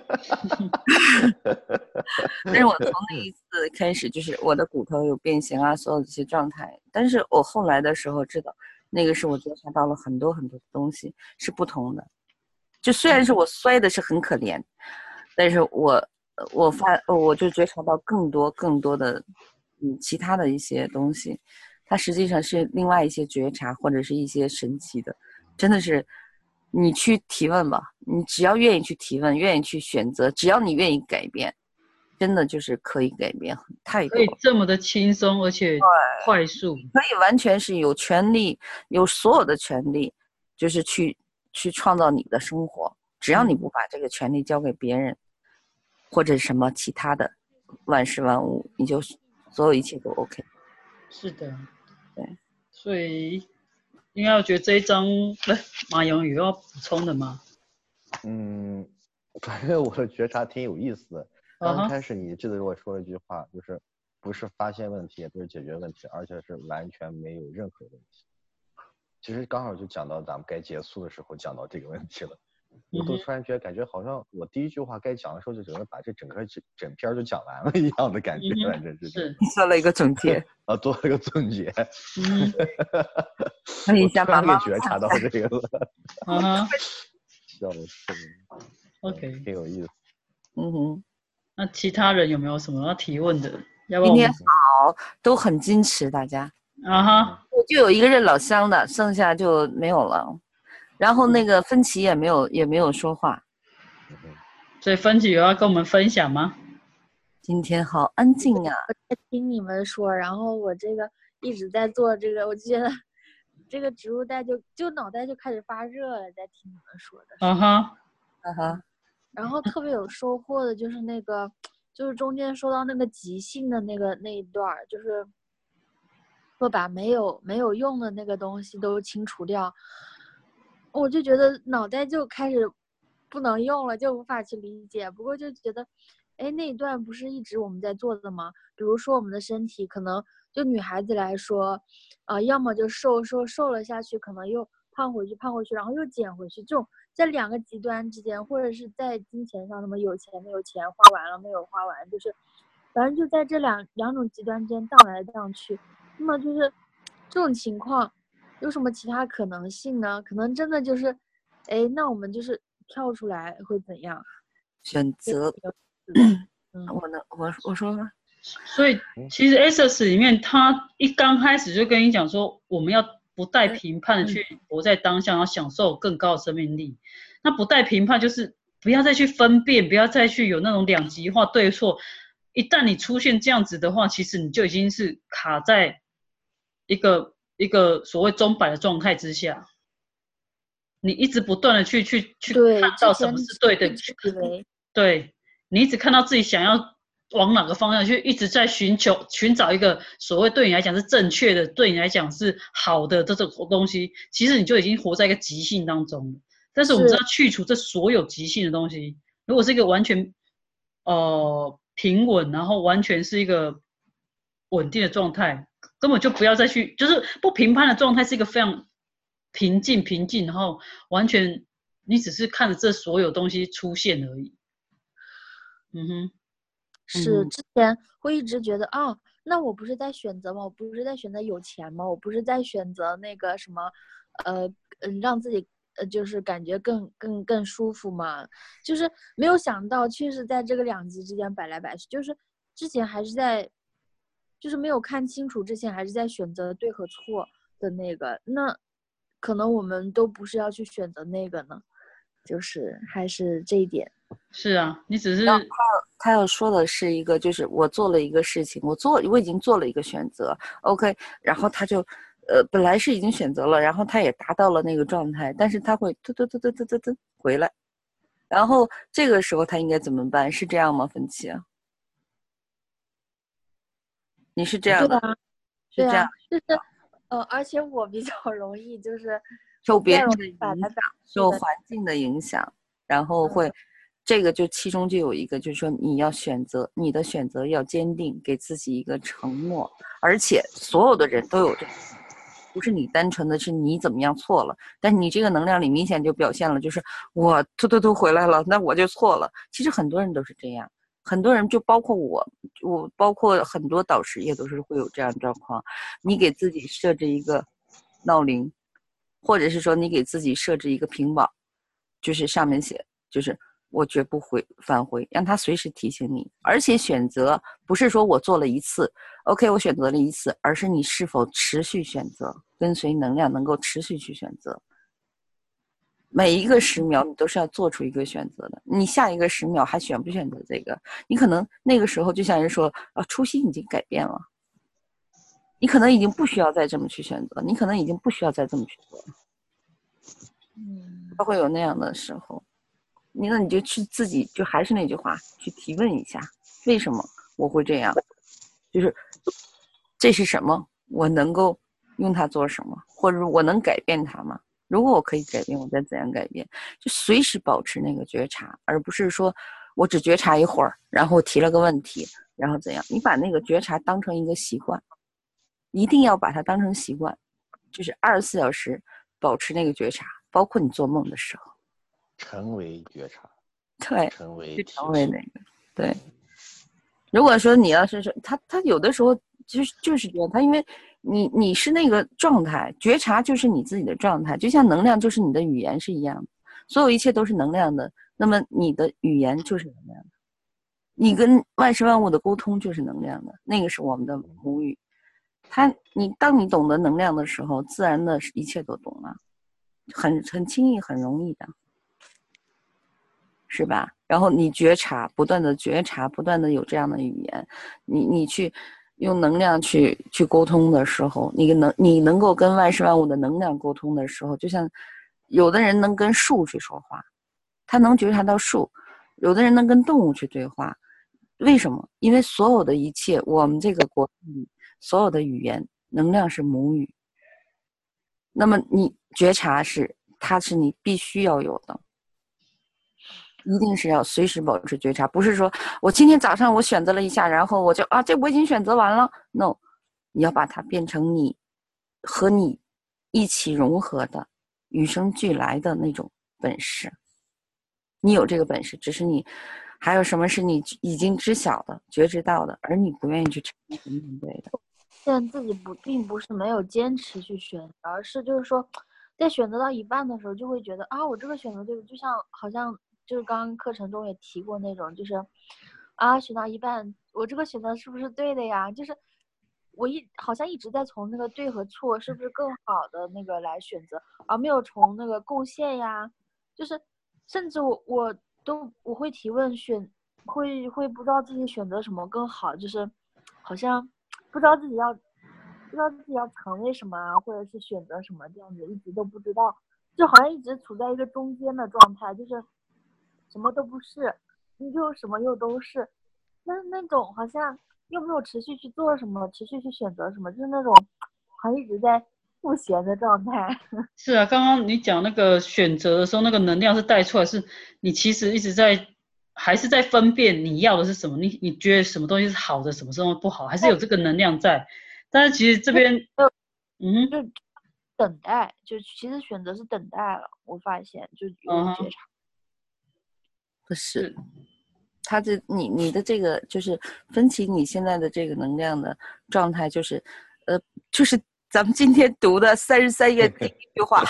但是我从那一次开始，就是我的骨头有变形啊，所有这些状态。但是我后来的时候知道，那个是我觉察到了很多很多的东西是不同的。就虽然是我摔的是很可怜，但是我我发我就觉察到更多更多的嗯其他的一些东西，它实际上是另外一些觉察或者是一些神奇的，真的是你去提问吧，你只要愿意去提问，愿意去选择，只要你愿意改变，真的就是可以改变太多， 可以这么的轻松而且快速， 可以完全是有权利，有所有的权利，就是去去创造你的生活，只要你不把这个权利交给别人，或者什么其他的万事万物，你就所有一切都 OK。 是的， 对， 所以应该我觉得这一章，哎，马勇有要补充的吗？ 嗯，反正我的觉察挺有意思的。刚开始你记得我说了一句话，就是不是发现问题，也不是解决问题，而且是完全没有任何问题。其实刚好就讲到咱们该结束的时候讲到这个问题了，我都突然觉得感觉好像我第一句话该讲的时候就整个把这整个整篇就讲完了一样的感觉， 嗯、 反正是是做了一个总结啊，做了一个总结。 嗯， 问一下妈妈给觉察到这个了， 啊， 笑死 ，OK， 挺有意思。 嗯哼， 那其他人有没有什么要提问的？要不今天好，都很矜持，大家。 啊哈， 我就有一个认老乡的，剩下就没有了。然后那个芬奇也没有也没有说话。 所以芬奇有要跟我们分享吗？ 今天好安静啊！ 我在听你们说，然后我这个一直在做这个，我就觉得这个植入带就就脑袋就开始发热了，在听你们说的。 啊哈， 啊哈。 然后特别有收获的就是那个，就是中间说到那个即兴的那个那一段，就是会把没有没有用的那个东西都清除掉，我就觉得脑袋就开始不能用了，就无法去理解。不过就觉得，哎，那一段不是一直我们在做的吗？比如说我们的身体可能就女孩子来说，呃，要么就瘦瘦瘦了下去，可能又胖回去胖回去，然后又减回去，这种在两个极端之间，或者是在金钱上，那么有钱没有钱，花完了没有花完，就是反正就在这两两种极端之间荡来荡去。那么就是这种情况有什么其他可能性呢？可能真的就是，哎，那我们就是跳出来会怎样？ 选择， 嗯， 我能我我说吧。 所以其实 Access 里面，他一刚开始就跟你讲说，我们要不带评判的去活在当下，然后享受更高的生命力。那不带评判就是不要再去分辨，不要再去有那种两极化对错。一旦你出现这样子的话，其实你就已经是卡在一个一个所谓钟摆的状态之下。你一直不断的去去去看到什么是对的，对，你一直看到自己想要往哪个方向去，一直在寻求寻找一个所谓对你来讲是正确的，对你来讲是好的这种东西，其实你就已经活在一个极性当中了。但是我们知道去除这所有极性的东西，如果是一个完全呃平稳，然后完全是一个稳定的状态，根本就不要再去，就是不评判的状态是一个非常平静平静，然后完全你只是看着这所有东西出现而已。嗯哼， 是之前会一直觉得啊、哦，那我不是在选择吗？我不是在选择有钱吗？我不是在选择那个什么，呃，嗯，让自己呃就是感觉更更更舒服嘛？就是没有想到，确实在这个两极之间摆来摆去，就是之前还是在，就是没有看清楚之前还是在选择对和错的那个，那可能我们都不是要去选择那个呢，就是还是这一点。 是啊，你只是他他要说的是一个，就是我做了一个事情，我做我已经做了一个选择 ，OK， 然后他就，呃，本来是已经选择了，然后他也达到了那个状态，但是他会突突突突突突突回来，然后这个时候他应该怎么办？是这样吗？芬奇，你是这样的， 对啊， 是这样， 对啊，就是，呃，而且我比较容易就是受别人的影响，受环境的影响，然后会。嗯，这个就其中就有一个，就是说你要选择，你的选择要坚定，给自己一个承诺，而且所有的人都有这个，不是你单纯的是你怎么样错了，但是你这个能量里明显就表现了，就是我突突突回来了，那我就错了。其实很多人都是这样，很多人就包括我，我包括很多导师也都是会有这样的状况。你给自己设置一个闹铃，或者是说你给自己设置一个屏保，就是上面写就是我绝不回返回，让他随时提醒你。而且选择不是说我做了一次 OK 我选择了一次，而是你是否持续选择，跟随能量能够持续去选择。每一个十秒你都是要做出一个选择的，你下一个十秒还选不选择这个，你可能那个时候就像人说啊，初心已经改变了，你可能已经不需要再这么去选择，你可能已经不需要再这么去做了。嗯，会有那样的时候，你那你就去自己就还是那句话，去提问一下，为什么我会这样？就是这是什么？我能够用它做什么？或者我能改变它吗？如果我可以改变，我再怎样改变？就随时保持那个觉察，而不是说我只觉察一会儿，然后提了个问题，然后怎样？你把那个觉察当成一个习惯，一定要把它当成习惯，就是二十四小时保持那个觉察，包括你做梦的时候。 成为觉察， 对， 成为就成为那个，对。如果说你要是说他，他有的时候就是就是这样，他因为你你是那个状态，觉察就是你自己的状态，就像能量就是你的语言是一样的，所有一切都是能量的，那么你的语言就是能量的，你跟万事万物的沟通就是能量的，那个是我们的母语。他，你当你懂得能量的时候，自然的一切都懂了，很很轻易，很容易的。是吧？然后你觉察，不断的觉察，不断的有这样的语言，你你去用能量去去沟通的时候，你能你能够跟万事万物的能量沟通的时候，就像有的人能跟树去说话，他能觉察到树；有的人能跟动物去对话。为什么？因为所有的一切，我们这个国所有的语言能量是母语。那么你觉察是，它是你必须要有的，一定是要随时保持觉察，不是说我今天早上我选择了一下，然后我就啊，这我已经选择完了。No， 你要把它变成你和你一起融合的、与生俱来的那种本事。你有这个本事，只是你还有什么是你已经知晓的、觉知到的，而你不愿意去承认面对的。 但自己不并不是没有坚持去选，而是就是说，在选择到一半的时候，就会觉得啊，我这个选择对，就像好像就是刚刚课程中也提过那种，就是啊，选到一半，我这个选择是不是对的呀？就是我一好像一直在从那个对和错是不是更好的那个来选择，而没有从那个贡献呀，就是甚至我我都我会提问选，会会不知道自己选择什么更好，就是好像。不知道自己要，不知道自己要成为什么啊，或者是选择什么，这样子一直都不知道，就好像一直处在一个中间的状态，就是什么都不是，你就什么又都是，那那种好像又没有持续去做什么，持续去选择什么，就是那种好像一直在不闲的状态。 是啊，刚刚你讲那个选择的时候，那个能量是带出来，是你其实一直在。还是在分辨你要的是什么，你你觉得什么东西是好的，什么东西不好，还是有这个能量在。但是其实这边，嗯， 就等待，就其实选择是等待了。我发现就有觉察， 不是，他这你你的这个就是分歧，你现在的这个能量的状态，就是呃，就是咱们今天读的三十三页第一句话。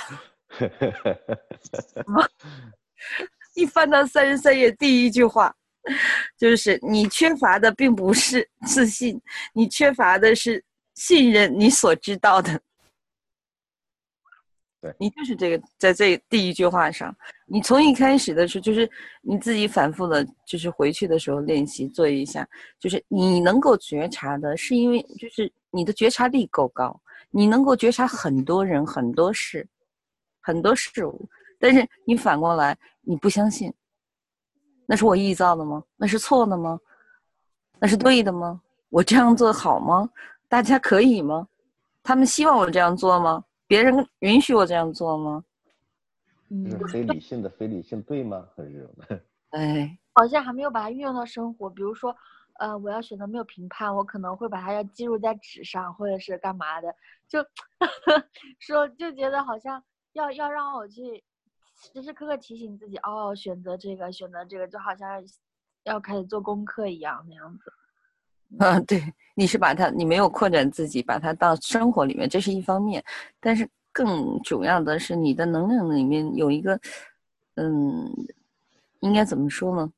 一翻到三十三页第一句话，就是你缺乏的并不是自信，你缺乏的是信任你所知道的。 对， 你就是这个，在这第一句话上，你从一开始的时候，就是你自己反复的，就是回去的时候练习做一下，就是你能够觉察的，是因为就是你的觉察力够高，你能够觉察很多人、很多事、很多事物。但是你反过来，你不相信，那是我臆造的吗？那是错的吗？那是对的吗？我这样做好吗？大家可以吗？他们希望我这样做吗？别人允许我这样做吗？ 就是非理性的非理性对吗？还是哎， 好像还没有把它运用到生活。比如说，呃，我要选择没有评判，我可能会把它要记录在纸上，或者是干嘛的，就说就觉得好像要要让我去时时刻刻提醒自己，哦，选择这个，选择这个，就好像要开始做功课一样那样子。 啊，对，你是把它，你没有扩展自己，把它到生活里面，这是一方面，但是更主要的是你的能量里面有一个，嗯，应该怎么说呢？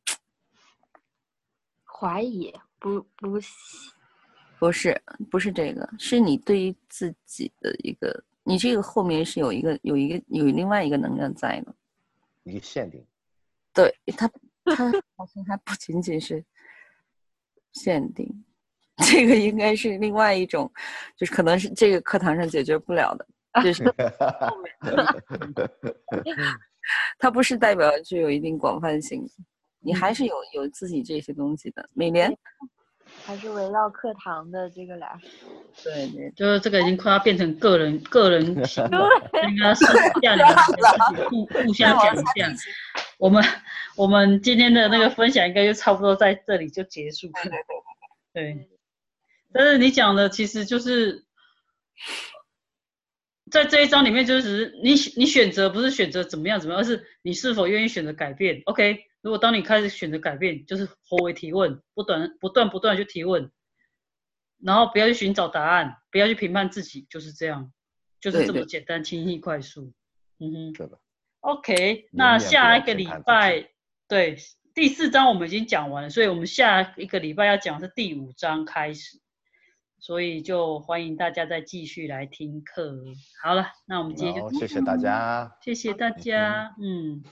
怀疑，不不， 不是，不是这个，是你对于自己的一个，你这个后面是有一个有一个有另外一个能量在的， 一个限定？ 对，它它好像还不仅仅是限定，这个应该是另外一种，就是可能是这个课堂上解决不了的，就是它不是代表具有一定广泛性，你还是有有自己这些东西的。美莲还是围绕课堂的这个来。 对对， 就是这个已经快要变成个人个人行了，应该私下两个自己互互相讲一下。我们我们今天的那个分享应该就差不多在这里就结束了。对，但是你讲的其实就是在这一章里面，就是你你选择不是选择怎么样怎么样，而是你是否愿意选择改变。OK， 如果当你开始选择改变，就是活为提问，不断不断不断去提问，然后不要去寻找答案，不要去评判自己，就是这样，就是这么简单、轻易、快速。嗯哼， 是的。 OK， 那下一个礼拜，对，第四章我们已经讲完了，所以我们下一个礼拜要讲的是第五章开始，所以就欢迎大家再继续来听课。好了，那我们今天就谢谢大家， 谢谢大家，嗯。